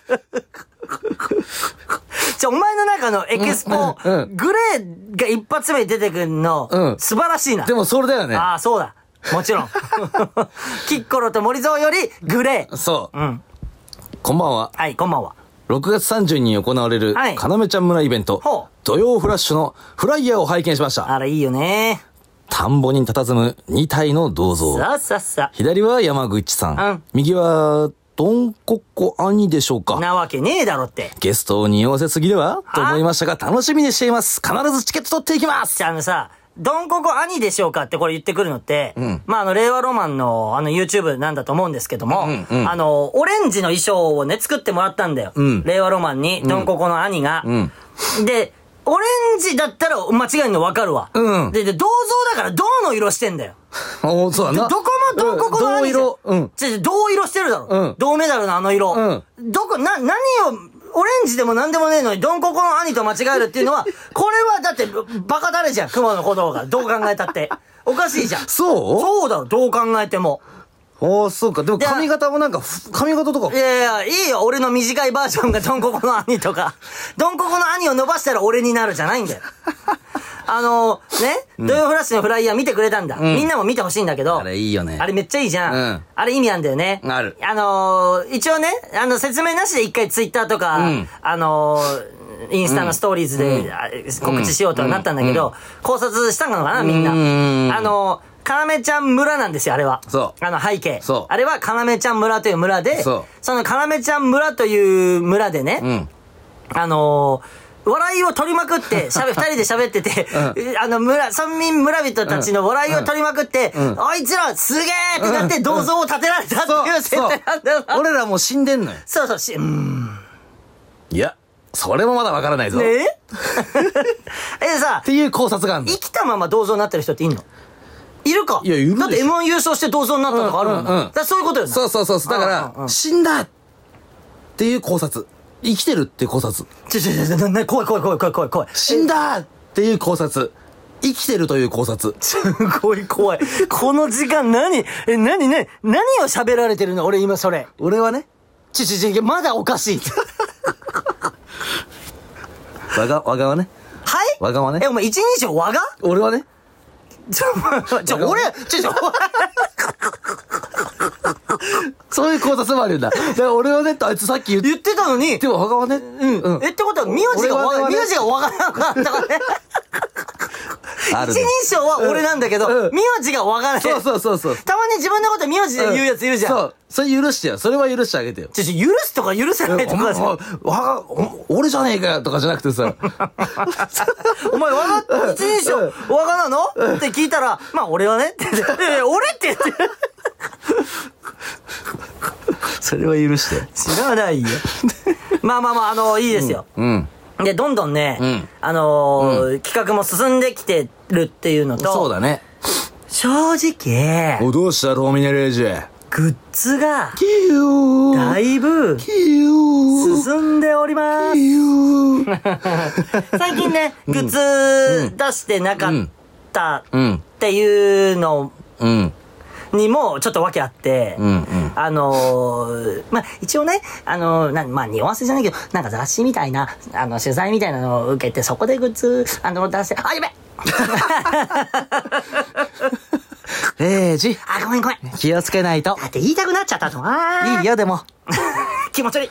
じゃ、お前の中のエクスポ、うんうん、グレーが一発目に出てくるの、うん、素晴らしいな。 でもそれだよね。 ああ、そうだ。もちろん。キッコロと森蔵よりグレー。 そう。 うん。 こんばんは。 はい、こんばんは。 ろくがつさんじゅうにに行われる、はい、かなめちゃん村イベント、ほう。土曜フラッシュのフライヤーを拝見しました。 あら、いいよね。 田んぼに佇むにたいの銅像。 さあさあさあ。 左は山口さん。うん、右は、ドンコッコ兄でしょうか。 なわけねえだろって。 ゲストを匂わせすぎではと思いましたが、楽しみにしています。必ずチケット取っていきます。 あのさ、ドンココ兄でしょうかってこれ言ってくるのって、うん、まああの、令和ロマンのあの YouTube なんだと思うんですけども、うんうん、あの、オレンジの衣装をね、作ってもらったんだよ。うん、令和ロマンに、ドンココの兄が。うんうん、で、オレンジだったら間違いの分かるわ。うん。で、で、銅像だから銅の色してんだよ。 おそうだな。 どこもドンココの兄じゃん。 銅色。うん。 ちょ、銅色してるだろ。うん。銅メダルのあの色。うん。どこ、な、何を、オレンジでも何でもねえのに、ドンココの兄と間違えるっていうのは、これはだって、バカ誰じゃん、熊野古道が。どう考えたって。おかしいじゃん。 そうそうだろ、どう考えても。 ああ、そうか。でも髪型もなんか、髪型とか。 いやいや、いいよ。俺の短いバージョンがドンココの兄とか。ドンココの兄を伸ばしたら俺になるじゃないんだよ。あのー、ね、うん、土曜フラッシュのフライヤー見てくれたんだ。うん、みんなも見てほしいんだけど。 あれいいよね。 あれめっちゃいいじゃん。うん、あれ意味あんだよね。 ある。 あのー、一応ね、あの、説明なしで一回ツイッターとか、うん、あのー、インスタのストーリーズで、うん、告知しようとはなったんだけど、うん、考察したのかな、みんな。あのー、かなめちゃん村なんですよ、あれは。 そう。 あの背景。 そう。 あれはかなめちゃん村という村で、そう。そのかなめちゃん村という村でね、うん、あのー、笑いを取りまくって、しゃべ、二人で喋ってて、うん、あの、村、村民村人たちの笑いを取りまくって、うんうん、あいつらすげーってなって銅像を建てられたっていう設定なんだよな。 俺らもう死んでんのよ。 そうそう、し、うーん。 いや、それもまだわからないぞ。 ねええ、さ、 っていう考察があるの。 生きたまま銅像になってる人っていんの？いるか？ いや、いるでしょ。 だって エムワン 優勝して銅像になったとかあるもんな。うんうんうん、だからそういうことよな。 そうそうそう。だから、うんうん、死んだっていう考察。生きてるっていう考察。 ちょちょちょ、な、な、怖い怖い怖い怖い怖い怖い。 死んだっていう考察。生きてるという考察。 すごい怖い。この時間何え、何ね、何を喋られてるの俺今それ。 俺はね。 ちょちょちょ、まだおかしい。 わが、わがはね。 はいわがはね。 え、お前一人称わが俺はね。 ちょ、ちょ、俺、ちょ、ちょ、 そういう考察もあるんだ。だから俺はね、あいつさっき言ってたのに。 でも、わがはね。 うん。え、ってことは、名字がわが、名字がわがなかったからね。一人称は俺なんだけど、名字がわがない。 そうそうそうそう。 たまに自分のこと名字で言うやついるじゃん。そう。 それ許してよ。それは許してあげてよ。 ちょ、ちょ、許すとか許せないとかじゃん。わが、俺じゃねえかよとかじゃなくてさ。 お前、わが、一人称、わがなのって聞いたら、まあ、俺はねって言って、俺って言って。 それは許して。 知らないよ。まあまあまあ、あの、いいですよ。うん。で、どんどんね、うん、あのーうん、企画も進んできてるっていうのと、 そうだね。 正直、 お、どうしたローミネレージ。 グッズが、だいぶ、進んでおります。最近ね、グッズ出してなかったっていうの、うんにもちょっと訳あって、うんうん、あのー、まあ、一応ね、あのー、なまあ、匂わせじゃないけど、なんか雑誌みたいな、あの、取材みたいなのを受けて、そこでグッズ、あの、出して、あ、やべレイジ。 あ、ごめんごめん。 気をつけないと。 だって言いたくなっちゃったの。あいいよ、でも。 気持ち悪い。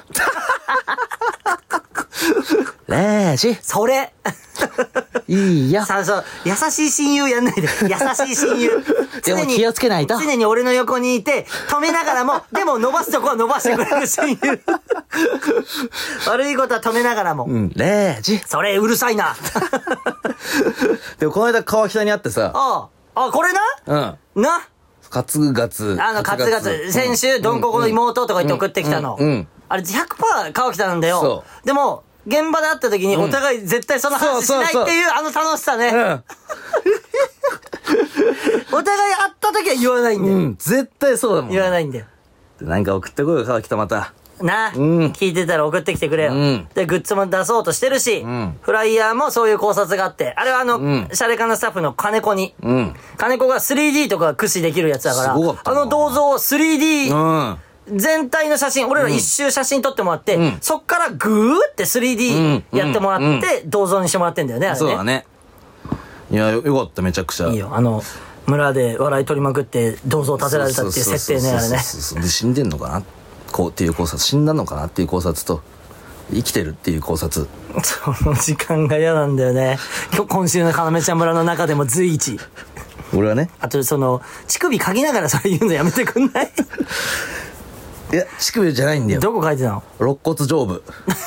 レイジ。 それ。 いいよ。 さあ、そう、優しい親友やんないで。優しい親友。 でも気をつけないと。 常に俺の横にいて、止めながらも、でも伸ばすとこは伸ばしてくれる親友。悪いことは止めながらも。 うん、レイジ。 それ、うるさいな。 でもこの間川北に会ってさ。 ああ。あ、これなうん。なカツガツ。 あの、カツガツ。先週、ドンココの妹とか言って送ってきたの。うん。あれ、ひゃくパーセント川北なんだよ。そう。でも、現場で会った時にお互い絶対その話しないっていうあの楽しさね。うん、お互い会った時は言わないんだよ。うん、 絶対そうだもん。 言わないんだよ。 なんか送ってこいよ、川北また。 な、 ん聞いてたら送ってきてくれよ。 うんで、グッズも出そうとしてるし、 んフライヤーもそういう考察があって、あれはあの、 んシャレカナスタッフの金子に、 うん。 金子が スリーディー とか駆使できるやつだから、 すごかったなあの銅像を スリーディー、 うん。 全体の写真、俺ら一周写真撮ってもらって、 うんそっからグーって スリーディー やってもらって、銅像にしてもらってんだよね、あれね。 そうだね。いや、よよかった、めちゃくちゃ。 いいよ、あの、村で笑い取りまくって銅像建てられたっていう設定ね、あれね。 そうそうそうそうで、死んでんのかなこうっていう考察。死んだのかなっていう考察と、生きてるっていう考察。 その時間が嫌なんだよね。今日、今週の要ちゃん村の中でも随一。 俺はね。 あと、その、乳首嗅ぎながらそれ言うのやめてくんないいや、乳首じゃないんだよ。 どこ書いてたの？ 肋骨上部。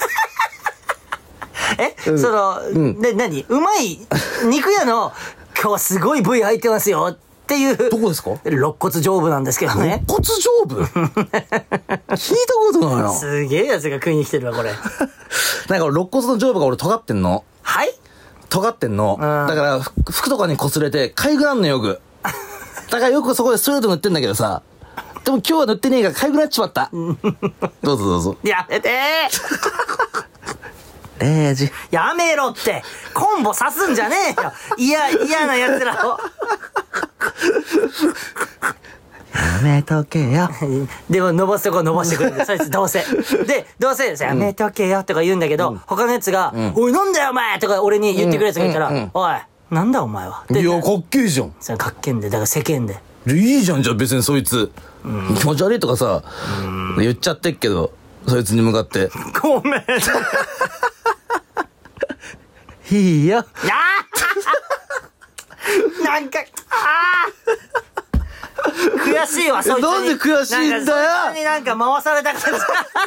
え、 うんその、 うんで、何うまい肉屋の、今日はすごい部位入ってますよっていう。 どこですか？ 肋骨上部なんですけどね。 肋骨上部聞いたことないな。 すげえやつが食いに来てるわ、これ。 なんか肋骨の上部が俺尖ってんの。 はい尖ってんの。 うんだから、服服とかに擦れて、かゆくなんのよく。だからよくそこでストレート塗ってんだけどさ。でも今日は塗ってねえからかゆくなっちまった。どうぞどうぞ。 やめてーレイジ。 やめろって、コンボ刺すんじゃねえよ。いや、嫌な奴らを。 やめとけよ。 でも伸ばすとこ伸ばしてくれる。そいつどうせ。で、どうせですよ、やめとけよとか言うんだけど、他のやつが、おいなんだよお前とか俺に言ってくるやつがいたら、 うんうんうんおい、なんだお前は。 いや、かっけえじゃん。 それかっけんで、だから世間で。 いいじゃん、じゃあ別にそいつ。気持ち悪いとかさ、言っちゃってっけど、そいつに向かって。 ごめん。 いいよ。 やーなんか、あー悔しいわ、そいつに。 なんで悔しいんだよなんかそいつになんか回された感じ。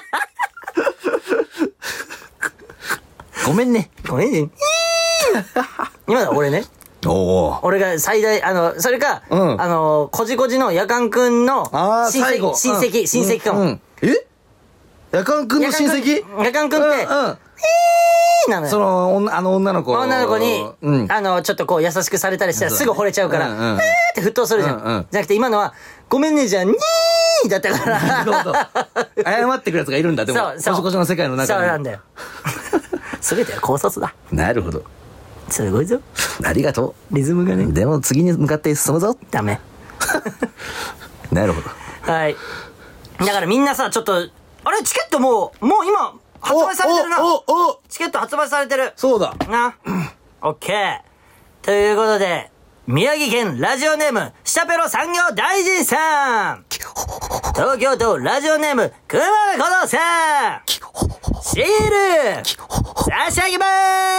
ごめんね。 ごめんね。今だ、俺ね。 おお。 俺が最大、あの、それか、 うんあの、こじこじの夜間くんのあー親戚、 最後親戚、 うん親戚かも。 うんえ夜間くんの親戚夜間くんって、 うんうんなのよ。 その、女あの女の子。 女の子に、 うん。 あの、ちょっっとこう優しくされたりしたらすぐ惚れちゃうから、 うんうんえーって沸騰するじゃん。 うんうんじゃなくて今のは、ごめんねじゃあ、にーだったから。 なるほど。謝ってくるやつがいるんだ、でも。 そうそうこしこしの世界の中に。 そうなんだよ。すべては考察だ。 なるほど。 すごいぞ。 ありがとリズムがう。 ね。 でも次に向かって進むぞ。 ダメ。 なるほど。 はい。だからみんなさ、ちょっと、あれチケットもう、もう今、発売されてるな。 おおおおチケット発売されてる。 そうだ。 な。オッケー。ということで、宮城県ラジオネーム、シャペロ産業大臣さん。東京都ラジオネーム、熊谷小僧さん。シール差し上げま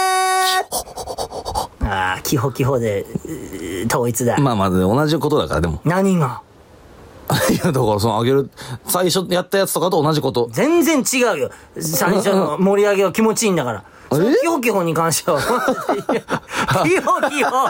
ーす。ああ、キホキホで、うー統一だ。 まあまあ、同じことだから、でも。 何がいや、だからその、あげる、最初やったやつとかと同じこと。 全然違うよ。最初の盛り上げは気持ちいいんだから。 えそのキホキホに関しては。キホキホ。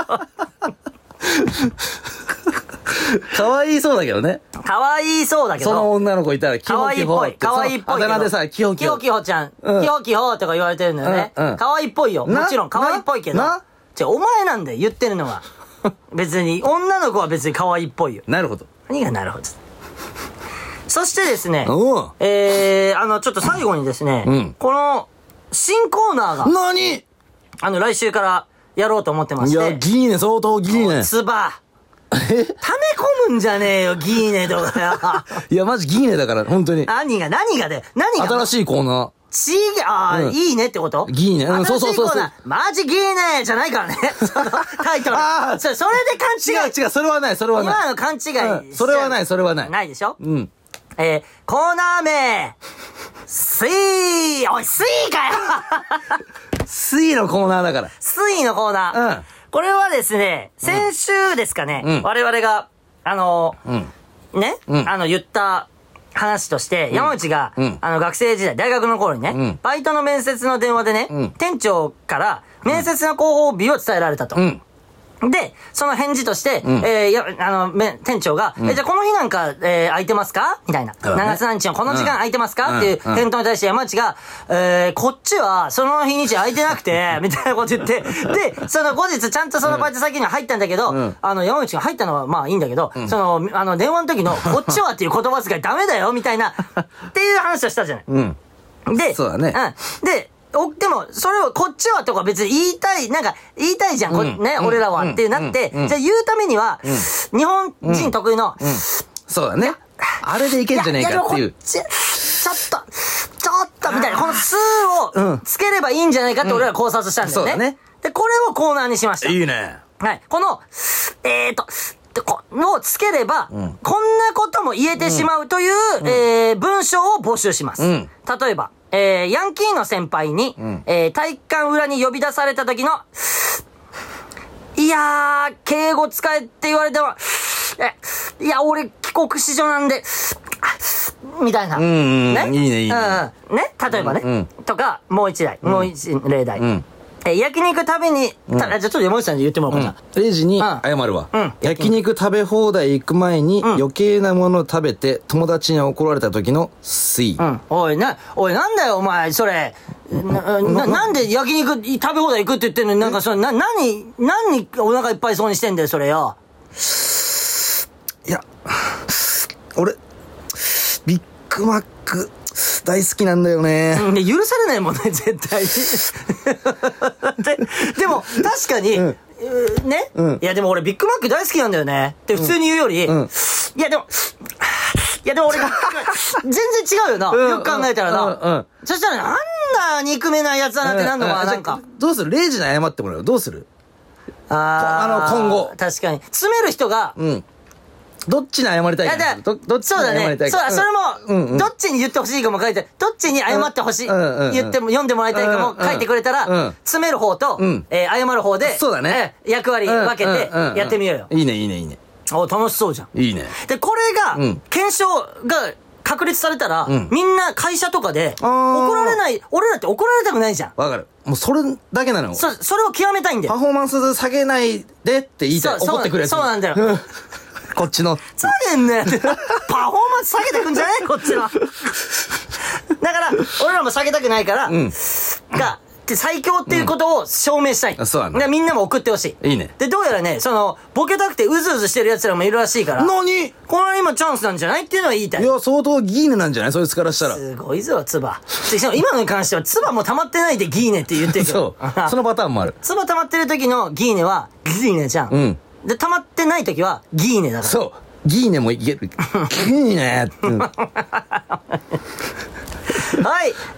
かわいそうだけどね。 かわいそうだけど。 その女の子いたら、キホかわいいっぽい。 キホって。 かわいいっぽいけど。 あだ名でさ、キホキホ。 キホキホちゃん。 うんキホキホとか言われてるんだよね。 うんうんかわいいっぽいよ。 なもちろんかわいいっぽいけど。 ななじゃあお前なんだよ、言ってるのは。別に、女の子は別にかわいいっぽいよ。 なるほど。 何がなるほど。そしてですね、 おうえー、あの、ちょっと最後にですね、 うんこの、新コーナーが、 何あの、来週からやろうと思ってましいや、 て、 ギーネ、相当ギーネ。 つば、溜め込むんじゃねえよ、ギーネとかよ。 いや、マジギーネだから、本当に。 何が、何がで、何が、 新しいコーナちげ、あー、 うんいいねってことギーネうんそうそうそうそう新しいコーナーマジギーネじゃないからね。そのタイトル。 あーそれそれで勘ー。 違い。 違う違う、それはない、それはない。 今の勘違いしちゃう、 うんそれはないそれはないないでしょうん。 えー、コーナー名、スイーおい、スイーかよスイのコーナーだから。 スイのコーナー。 うんこれはですね、先週ですかね、 うん我々が、あのうん。 ーね、 うんあの、言った話として、山内が、 うんあの、学生時代、大学の頃にね、 うんバイトの面接の電話でね、 うん店長から、面接の広報日を伝えられたと。 うん。 で、その返事として、 うん、 えー、や、あの、め、店長が、うん、え、じゃあこの日なんか、えー、空いてますかみたいな。ね、何月何日のこの時間空いてますか、うん、っていう返答に対して山内が、えー、こっちはその日にち空いてなくて、みたいなこと言って、で、その後日ちゃんとそのバイト先には入ったんだけど、うん、あの、山内が入ったのはまあいいんだけど、うん、その、あの、電話の時の、こっちはっていう言葉遣いダメだよ、みたいな、っていう話をしたじゃない。うん。で、 そうだね。 うん。で、お、でも、それを、こっちはとか別に言いたい、なんか、言いたいじゃん、こね、うん、俺らは、うん、ってなって、うん、じゃあ言うためには、うん、日本人得意の、 うんうん、そうだね。あれでいけんじゃねえかっていう。 ちょっと、ちょっと、みたいな、この数をつければいいんじゃないかって俺ら考察したんだよね。うん、そうだね。で、これをコーナーにしました。 いいね。 はい。この、えーと、このつければ、うん、こんなことも言えてしまうという、うん、えー、文章を募集します。うん、例えば、えー、ヤンキーの先輩に、うん、えー、体育館裏に呼び出された時の、いやー、敬語使えって言われても、え、いや、俺帰国子女なんで、みたいな。 うんうん、ね。いいね、いいね。 うん。ね、例えばね。うんうん、とか、もう一題、うん、もう一例題。うんえー、焼肉食べに、うん、じゃあちょっと山内さんに言ってもらおうかな。 うん、レジに謝るわ。うん、焼肉食べ放題行く前に余計なものを食べて友達に怒られた時の水。 うん。おい、な、おい、なんだよお前、それ。な、な、なんで焼肉食べ放題行くって言ってんのになんかそれ、な、何、何お腹いっぱいそうにしてんだよ、それよ。 いや、俺、ビッグマック、大好きなんだよね。 うん、許されないもんね、絶対に。で、でも、確かに、うん、ね、うん、いやでも俺ビッグマック大好きなんだよねって普通に言うより、うん、いやでも、いやでも俺、全然違うよな、うん、よく考えたらな。うんうん、そしたら、なんだ憎めないやつだなってなんのかな、なんか。 どうするレイジに謝ってもらうよ。どうするああの、今後。 確かに。詰める人が、うんどっちに謝りたいか。ど、どっちに謝りたいか。 そうだね。そうだ、それも、うんうん、どっちに言ってほしいかも書いて、どっちに謝ってほしい、うんうんうん、言っても、読んでもらいたいかも書いてくれたら、うんうん、詰める方と、うん、えー、謝る方で、 そうだね。 えー、役割分けて、やってみようよ。 いいね、いいね、いいね。 お、楽しそうじゃん。 いいね。 で、これが、うん、検証が確立されたら、うん、みんな会社とかで、怒られない、俺らって怒られたくないじゃん。 わかる。もうそれだけなの。 そ、それを極めたいんだよ。 パフォーマンス下げないでって言いたい。怒ってくれる。 そうなんだよ。 こっちの。 下げんねん。パフォーマンス下げてくんじゃねこっちの。だから、俺らも下げたくないから、うん、が、最強っていうことを証明したい。うん、そうだね。みんなも送ってほしい。 いいね。 で、どうやらね、その、ボケたくてうずうずしてる奴らもいるらしいから。 何これ今チャンスなんじゃないっていうのは言いたい。 いや、相当ギーネなんじゃないそいつからしたら。 すごいぞ、ツバ。今のに関しては、ツバも溜まってないでギーネって言ってるけど。 そう。そのパターンもある。 ツバ溜まってる時のギーネは、ギーネじゃん。うん。で、溜まってない時は、ギーネだから。 そう。ギーネもいける。ギーネ、うん、はい。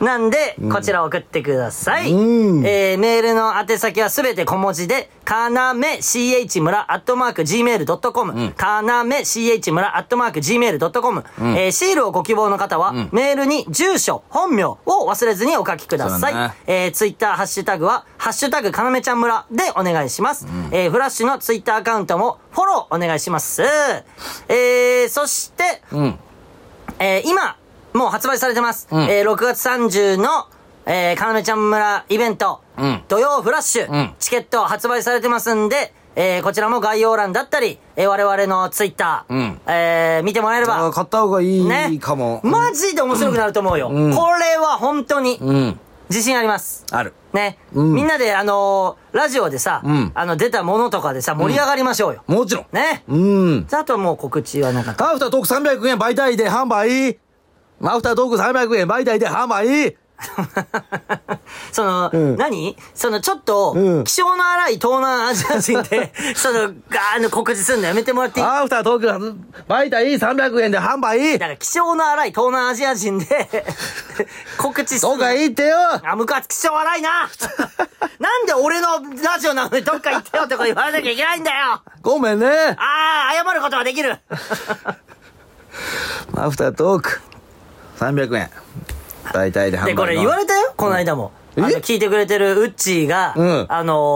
なんで、こちら送ってください。うん、えー、メールの宛先はすべて小文字で、かなめ シーエイチ 村アットマーク ジーメールドットコム、うん、かなめ シーエイチ 村アットマーク ジーメールドットコム、うん、えー、シールをご希望の方は、うん、メールに住所、本名を忘れずにお書きください。ね、えー、ツイッターハッシュタグは、ハッシュタグかなめちゃん村でお願いします。うん、えー、フラッシュのツイッターアカウントもフォローお願いします。えー、そして、うん、えー、今、もう発売されてます。うん、えー、ろくがつさんじゅうの、えー、かなめちゃん村イベント、うん、土曜フラッシュ、うん、チケット発売されてますんで、えー、こちらも概要欄だったり、えー、我々のツイッター、うん、えー、見てもらえれば。 買った方がいいかも。 ね、マジで面白くなると思うよ。うん、これは本当に、うん、自信あります。 ある。 ね。うん、みんなで、あのー、ラジオでさ、うん、あの、出たものとかでさ、盛り上がりましょうよ。 うん、もちろん。 ね。うん。あとはもう告知はなかった。 アフタートークさんびゃくえん媒体で販売。アフタートークさんびゃくえん媒体で販売。 その、うん、何そのちょっと、うん、気性の荒い東南アジア人で、その、ガーの告知するのやめてもらっていい？ アフタートーク媒体さんびゃくえんで販売。 だから気性の荒い東南アジア人で、告知するの。 どっか行ってよ。 あ、ムカつ気性荒いな。なんで俺のラジオなのにどっか行ってよとか言わなきゃいけないんだよ。 ごめんね。 ああ、謝ることはできる。 アフタートークさんびゃくえん。大体で販売の。 で、これ言われたよ、この間も。うん、あの、聞いてくれてるウッチーが、うん、あのー、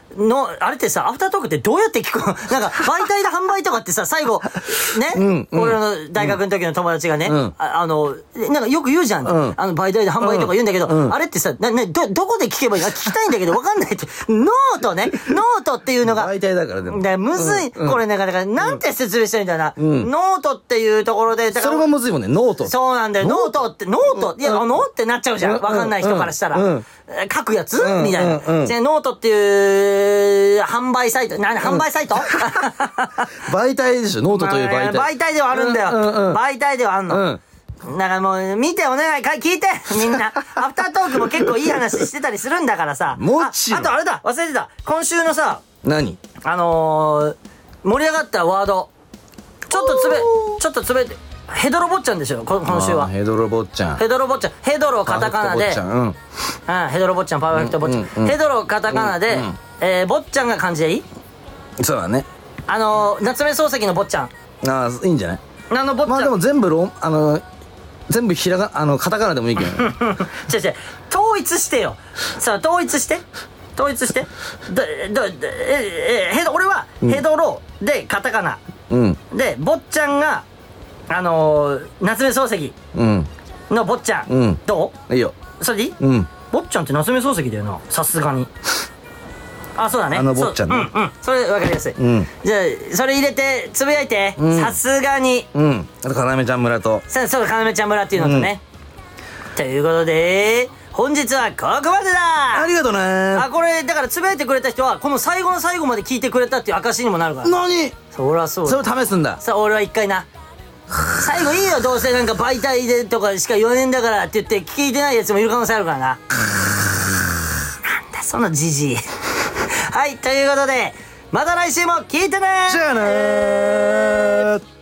の、あれってさ、アフタートークってどうやって聞くの？なんか、媒体で販売とかってさ、最後、ね、うんうん、俺らの大学の時の友達がね、うん、あ, あの、なんかよく言うじゃん。うん、あの、媒体で販売とか言うんだけど、うん、あれってさ、な、な、ど、どこで聞けばいいか聞きたいんだけどわかんないって。ノートね、ノートっていうのが。 媒体だからでも。 だむずい、うん、これね、だから、なんて説明したらいいんだよな。うん、ノートっていうところで、だからそれもむずいもんね、ノート。 そうなんだよ、ノートって、ノート、いや、ノーってなっちゃうじゃん。わかんない人からしたら。うん、書くやつ、うん、みたいな。うんうん、じゃノートっていう、販売サイト、な、販売サイト、うん、 媒体でしょ、ノートという媒体。 媒体ではあるんだよ。うんうんうん、媒体ではあんの。うんだからもう、見てお願い、聞いてみんな。アフタートークも結構いい話してたりするんだからさ。 もちろん。 あ、あとあれだ、忘れてた。今週のさ、 何あのー、盛り上がったワード。ちょっとつべ、ちょっとつべて、ヘドロ坊ちゃんでしょ、今週は。 ヘドロ坊ちゃん。 ヘドロ坊ちゃん。ヘドロカタカナで。うん。うん、ヘドロ坊ちゃん、パーフェクト坊ちゃん。うんうん、ヘドロカタカナで、うんうん、えー、坊ちゃんが漢字でいい？ そうだね。 あのー、夏目漱石の坊ちゃん。 ああ、いいんじゃない？ あの坊ちゃん。 まあでも全部ロン、あのー、全部ひらが、あの、カタカナでもいいけどね。 違う違う、統一してよ。さあ、統一して。統一して。ど、ど、え、え、ヘド、俺は、ヘドロでカタカナ。うん。で、坊ちゃんが、あのー、夏目漱石の坊ちゃん。うん。どう？いいよ。 それでいい？うん。坊ちゃんって夏目漱石だよな。さすがに。あ、そうだね。 あの坊ちゃんね。 うんうん。それ分かりやすい。うん。じゃあ、それ入れて、つぶやいて。さすがに。 うん。あと、かなめちゃん村と。 そう、そう、かなめちゃん村っていうのとね。ということで、本日はここまでだ。 ありがとうね。 あ、これ、だからつぶやいてくれた人は、この最後の最後まで聞いてくれたっていう証にもなるから。 何？ そりゃそうだ。 それを試すんだ。 さあ、俺は一回な。最後いいよ、どうせなんか媒体でとかしかよねんだからって言って聞いてないやつもいる可能性あるからな。なんだそのジジイ。はい、ということでまた来週も聞いてねー。 じゃあなー。